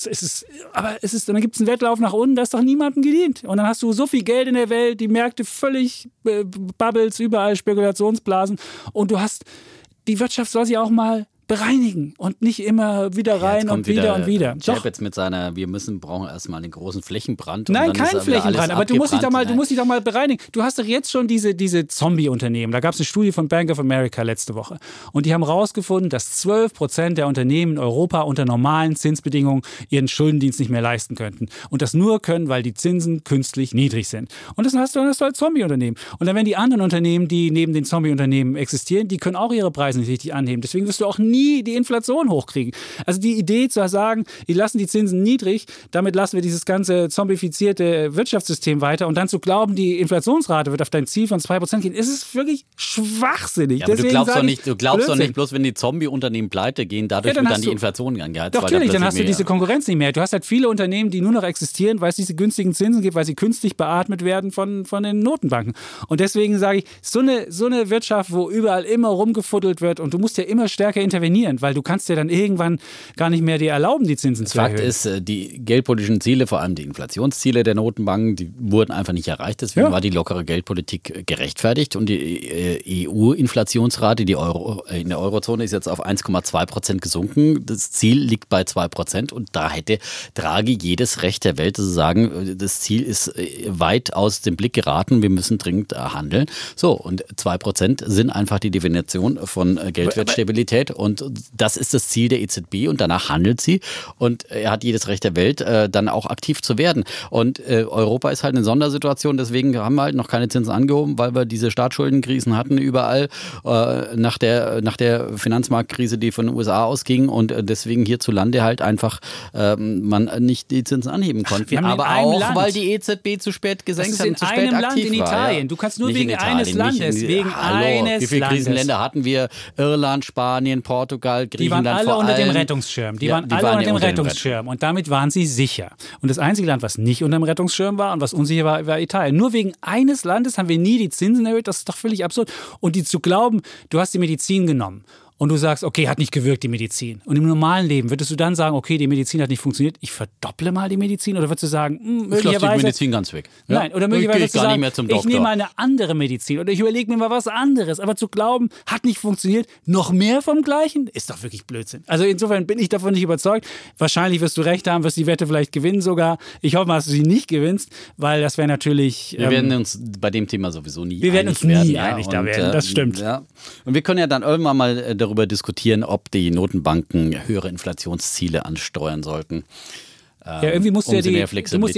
B: gibt es einen Wettlauf nach unten, da ist doch niemandem gedient. Und dann hast du so viel Geld in der Welt, die Märkte völlig Bubbles, überall Spekulationsblasen und die Wirtschaft soll sich auch mal bereinigen und nicht immer wieder rein und wieder und wieder.
A: Doch. Jetzt mit seiner, brauchen erstmal einen großen Flächenbrand.
B: Nein, keinen Flächenbrand, aber du musst dich doch mal bereinigen. Du hast doch jetzt schon diese Zombie-Unternehmen. Da gab es eine Studie von Bank of America letzte Woche. Und die haben herausgefunden, dass 12% der Unternehmen in Europa unter normalen Zinsbedingungen ihren Schuldendienst nicht mehr leisten könnten. Und das nur können, weil die Zinsen künstlich niedrig sind. Und das hast du als Zombie-Unternehmen. Und dann werden die anderen Unternehmen, die neben den Zombie-Unternehmen existieren, die können auch ihre Preise nicht richtig anheben. Deswegen wirst du auch nie die Inflation hochkriegen. Also die Idee zu sagen, wir lassen die Zinsen niedrig, damit lassen wir dieses ganze zombifizierte Wirtschaftssystem weiter und dann zu glauben, die Inflationsrate wird auf dein Ziel von 2% gehen, ist es wirklich schwachsinnig.
A: Ja, aber du glaubst doch nicht, bloß wenn die Zombie-Unternehmen pleite gehen, dadurch wird dann die Inflation angeheizt.
B: Doch, natürlich, dann hast du diese Konkurrenz nicht mehr. Du hast halt viele Unternehmen, die nur noch existieren, weil es diese günstigen Zinsen gibt, weil sie künstlich beatmet werden von den Notenbanken. Und deswegen sage ich, so eine Wirtschaft, wo überall immer rumgefuddelt wird und du musst ja immer stärker intervenieren, weil du kannst ja dann irgendwann gar nicht mehr dir erlauben, die Zinsen zu erhöhen.
A: Fakt ist, die geldpolitischen Ziele, vor allem die Inflationsziele der Notenbanken, die wurden einfach nicht erreicht. Deswegen war die lockere Geldpolitik gerechtfertigt und die EU-Inflationsrate, in der Eurozone ist jetzt auf 1,2% gesunken. Das Ziel liegt bei 2% und da hätte Draghi jedes Recht der Welt zu sagen, das Ziel ist weit aus dem Blick geraten, wir müssen dringend handeln. So, und 2% sind einfach die Definition von Geldwertstabilität und das ist das Ziel der EZB und danach handelt sie und er hat jedes Recht der Welt, dann auch aktiv zu werden. Und Europa ist halt eine Sondersituation, deswegen haben wir halt noch keine Zinsen angehoben, weil wir diese Staatsschuldenkrisen hatten überall nach der Finanzmarktkrise, die von den USA ausging und deswegen hierzulande halt einfach man nicht die Zinsen anheben konnte. Aber auch, weil die EZB zu spät gesenkt hat und zu spät aktiv war.
B: Das ist in einem Land, in Italien. Ja. Du kannst nur wegen eines Landes,
A: Wie viele Krisenländer hatten wir? Irland, Spanien, Portugal, Griechenland.
B: Die waren alle unter dem Rettungsschirm. Die waren alle unter dem Rettungsschirm. Und damit waren sie sicher. Und das einzige Land, was nicht unter dem Rettungsschirm war und was unsicher war, war Italien. Nur wegen eines Landes haben wir nie die Zinsen erhöht. Das ist doch völlig absurd. Und die zu glauben, du hast die Medizin genommen. Und du sagst, okay, hat nicht gewirkt, die Medizin. Und im normalen Leben, würdest du dann sagen, okay, die Medizin hat nicht funktioniert, ich verdopple mal die Medizin? Oder würdest du sagen, möglicherweise...
A: Ich lasse die Medizin ganz weg. Ja?
B: Nein, oder möglicherweise würdest du sagen, ich nehme mal eine andere Medizin oder ich überlege mir mal was anderes. Aber zu glauben, hat nicht funktioniert, noch mehr vom Gleichen, ist doch wirklich Blödsinn. Also insofern bin ich davon nicht überzeugt. Wahrscheinlich wirst du recht haben, wirst die Wette vielleicht gewinnen sogar. Ich hoffe mal, dass du sie nicht gewinnst, weil das wäre natürlich...
A: Wir werden uns bei dem Thema sowieso nie einig werden.
B: Wir werden uns nie einig da werden, das stimmt.
A: Ja. Und wir können ja dann irgendwann mal darüber diskutieren, ob die Notenbanken höhere Inflationsziele ansteuern sollten.
B: Ja, irgendwie musst du ja die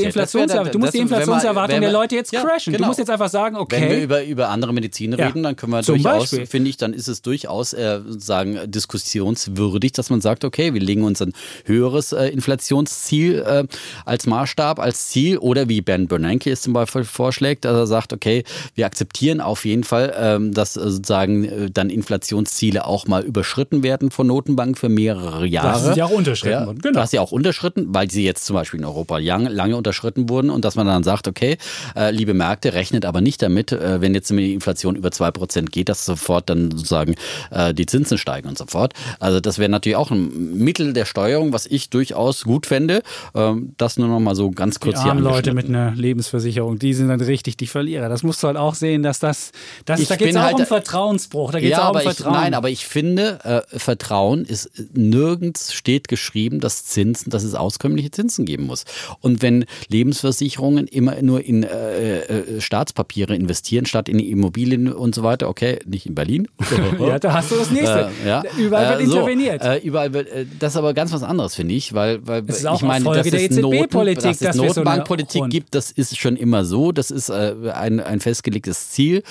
B: Inflationserwartung der Leute jetzt crashen. Genau. Du musst jetzt einfach sagen, okay.
A: Wenn wir über andere Medizin reden, dann können wir durchaus, finde ich, dann ist es durchaus diskussionswürdig, dass man sagt, okay, wir legen uns ein höheres Inflationsziel als Maßstab, als Ziel. Oder wie Ben Bernanke es zum Beispiel vorschlägt, dass er sagt, okay, wir akzeptieren auf jeden Fall, dass sozusagen dann Inflationsziele auch mal überschritten werden von Notenbanken für mehrere Jahre.
B: Das ist ja auch unterschritten worden.
A: Genau. Das ist ja auch unterschritten, weil sie jetzt zum Beispiel in Europa lange unterschritten wurden und dass man dann sagt, okay, liebe Märkte, rechnet aber nicht damit, wenn jetzt die Inflation über 2% geht, dass sofort dann sozusagen die Zinsen steigen und so fort. Also das wäre natürlich auch ein Mittel der Steuerung, was ich durchaus gut fände. Das nur noch mal so ganz kurz hier angeschnitten.
B: Leute mit einer Lebensversicherung, die sind dann richtig die Verlierer. Das musst du halt auch sehen, dass da geht es auch um Vertrauensbruch. Da geht's auch um Vertrauen.
A: Aber ich finde, Vertrauen ist nirgends steht geschrieben, dass es auskömmliche Zinsen geben muss. Und wenn Lebensversicherungen immer nur in Staatspapiere investieren, statt in Immobilien und so weiter, okay, nicht in Berlin.
B: Ja, da hast du das Nächste. Überall wird interveniert.
A: Das ist aber ganz was anderes, finde ich, weil
B: es ist auch eine Folge der EZB-Politik,
A: dass es Notenbankpolitik gibt, das ist schon immer so. Das ist ein festgelegtes Ziel,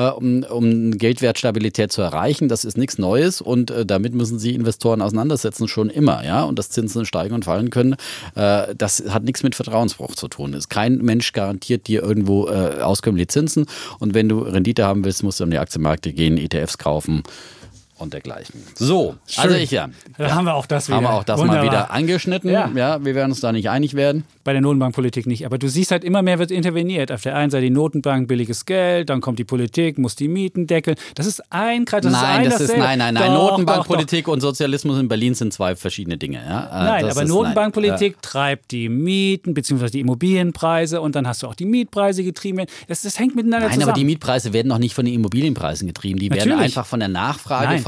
A: um Geldwertstabilität zu erreichen. Das ist nichts Neues und damit müssen sich Investoren auseinandersetzen, schon immer. Ja? Und dass Zinsen steigen und fallen können, das hat nichts mit Vertrauensbruch zu tun. Kein Mensch garantiert dir irgendwo auskömmliche Zinsen und wenn du Rendite haben willst, musst du an die Aktienmärkte gehen, ETFs kaufen und dergleichen. So,
B: schön. Also da haben wir auch das wieder.
A: Haben wir auch das mal wieder angeschnitten. Ja, wir werden uns da nicht einig werden.
B: Bei der Notenbankpolitik nicht. Aber du siehst halt, immer mehr wird interveniert. Auf der einen Seite die Notenbank, billiges Geld, dann kommt die Politik, muss die Mieten deckeln. Das ist ein Kreis.
A: Nein. Notenbankpolitik und Sozialismus in Berlin sind zwei verschiedene Dinge. Ja?
B: Aber Notenbankpolitik treibt die Mieten bzw. die Immobilienpreise und dann hast du auch die Mietpreise getrieben. Das hängt miteinander zusammen.
A: Nein, aber die Mietpreise werden noch nicht von den Immobilienpreisen getrieben. Die werden einfach von der Nachfrage von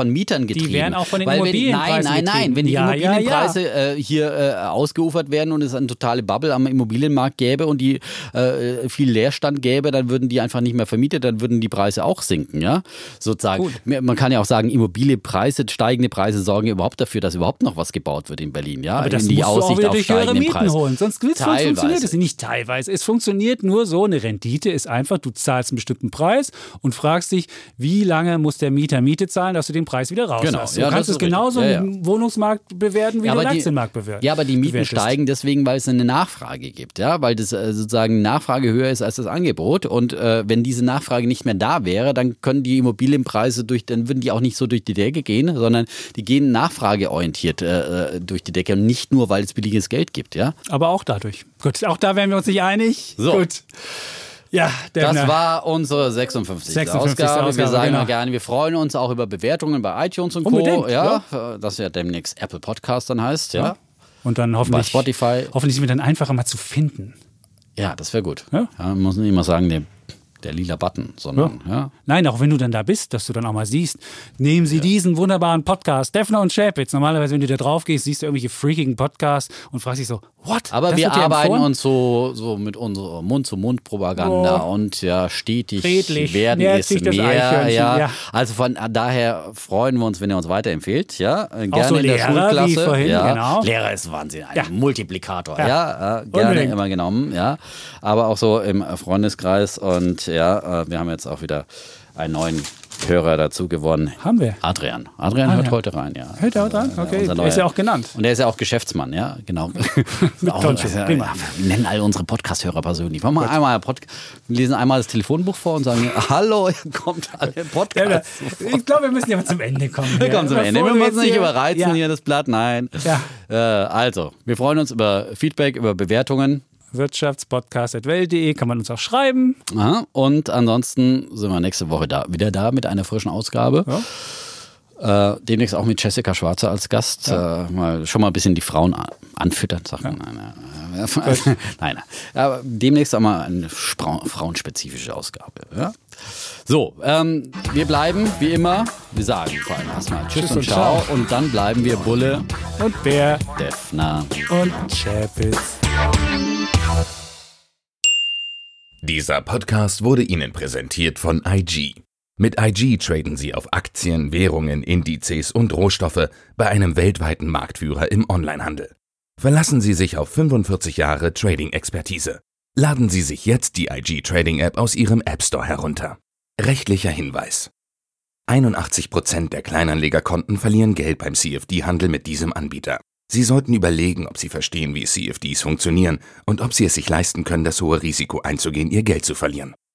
A: von Mietern getrieben.
B: Die werden auch von den Immobilienpreisen
A: Nein, wenn die
B: getrieben.
A: Immobilienpreise hier ausgeufert werden und es eine totale Bubble am Immobilienmarkt gäbe und die viel Leerstand gäbe, dann würden die einfach nicht mehr vermietet, dann würden die Preise auch sinken, ja, sozusagen. Gut. Man kann ja auch sagen, Immobilienpreise, steigende Preise sorgen überhaupt dafür, dass überhaupt noch was gebaut wird in Berlin, ja.
B: Aber das
A: in die
B: musst
A: Aussicht
B: du auch wieder
A: auf
B: durch höhere Mieten
A: Preise
B: holen, sonst funktioniert es nicht teilweise. Es funktioniert nur so, eine Rendite ist einfach, du zahlst einen bestimmten Preis und fragst dich, wie lange muss der Mieter Miete zahlen, dass du den Preis wieder raus hast. Du kannst es genauso im Wohnungsmarkt bewerten, wie du den Aktienmarkt bewerten.
A: Ja, aber die Mieten steigen deswegen, weil es eine Nachfrage gibt, ja, weil das sozusagen die Nachfrage höher ist als das Angebot und wenn diese Nachfrage nicht mehr da wäre, dann können die Immobilienpreise dann würden die auch nicht so durch die Decke gehen, sondern die gehen nachfrageorientiert durch die Decke und nicht nur, weil es billiges Geld gibt, ja.
B: Aber auch dadurch. Gut, auch da wären wir uns nicht einig.
A: So.
B: Gut. Ja,
A: das war unsere 56. Ausgabe. Wir sagen ja gerne, wir freuen uns auch über Bewertungen bei iTunes und Co. Ja, das ja demnächst Apple Podcast dann heißt, ja.
B: Und dann hoffentlich
A: bei Spotify.
B: Hoffentlich sind wir dann einfacher mal zu finden.
A: Ja, das wäre gut. Ja? Ja, man muss nicht immer sagen, der lila Button, sondern, ja.
B: Nein, auch wenn du dann da bist, dass du dann auch mal siehst, nehmen Sie diesen wunderbaren Podcast, Defner und Schäpitz. Normalerweise, wenn du da drauf gehst, siehst du irgendwelche freakigen Podcasts und fragst dich so, what?
A: Aber wir arbeiten uns so mit unserer Mund-zu-Mund-Propaganda und ja, stetig
B: redlich,
A: werden es mehr.
B: Ja.
A: Also von daher freuen wir uns, wenn ihr uns weiterempfehlt. Ja, gerne
B: auch so
A: in der
B: Lehrer,
A: Schulklasse.
B: Wie vorhin, genau.
A: Lehrer ist Wahnsinn, ein Multiplikator. Ja, gerne unbedingt. Immer genommen. Ja, aber auch so im Freundeskreis und ja, wir haben jetzt auch wieder einen neuen Hörer dazu gewonnen.
B: Haben wir?
A: Adrian hört heute rein, ja.
B: Hört er heute rein? Okay, der ist ja auch genannt.
A: Und der ist ja auch Geschäftsmann, ja, genau.
B: Mit Tonschuss, prima.
A: Wir nennen alle unsere Podcast-Hörer persönlich. Wir lesen einmal das Telefonbuch vor und sagen, hallo, ihr kommt alle Podcasts.
B: Ich glaube, wir müssen ja mal zum Ende kommen.
A: Wir kommen zum Ende. Wir müssen nicht überreizen hier das Blatt, nein.
B: Ja.
A: Also, wir freuen uns über Feedback, über Bewertungen.
B: Wirtschaftspodcast@welt.de kann man uns auch schreiben.
A: Aha, und ansonsten sind wir nächste Woche wieder da mit einer frischen Ausgabe. Ja. Demnächst auch mit Jessica Schwarzer als Gast. Ja. Schon mal ein bisschen die Frauen anfüttern. Nein. Aber demnächst auch mal eine frauenspezifische Ausgabe. Ja? So, wir bleiben wie immer. Wir sagen vor allem erstmal Tschüss und Ciao. Und dann bleiben wir Bulle
B: und Bär,
A: Defner
B: und Schäpitz.
C: Dieser Podcast wurde Ihnen präsentiert von IG. Mit IG traden Sie auf Aktien, Währungen, Indizes und Rohstoffe bei einem weltweiten Marktführer im Onlinehandel. Verlassen Sie sich auf 45 Jahre Trading-Expertise. Laden Sie sich jetzt die IG Trading App aus Ihrem App Store herunter. Rechtlicher Hinweis: 81% der Kleinanlegerkonten verlieren Geld beim CFD-Handel mit diesem Anbieter. Sie sollten überlegen, ob Sie verstehen, wie CFDs funktionieren und ob Sie es sich leisten können, das hohe Risiko einzugehen, Ihr Geld zu verlieren.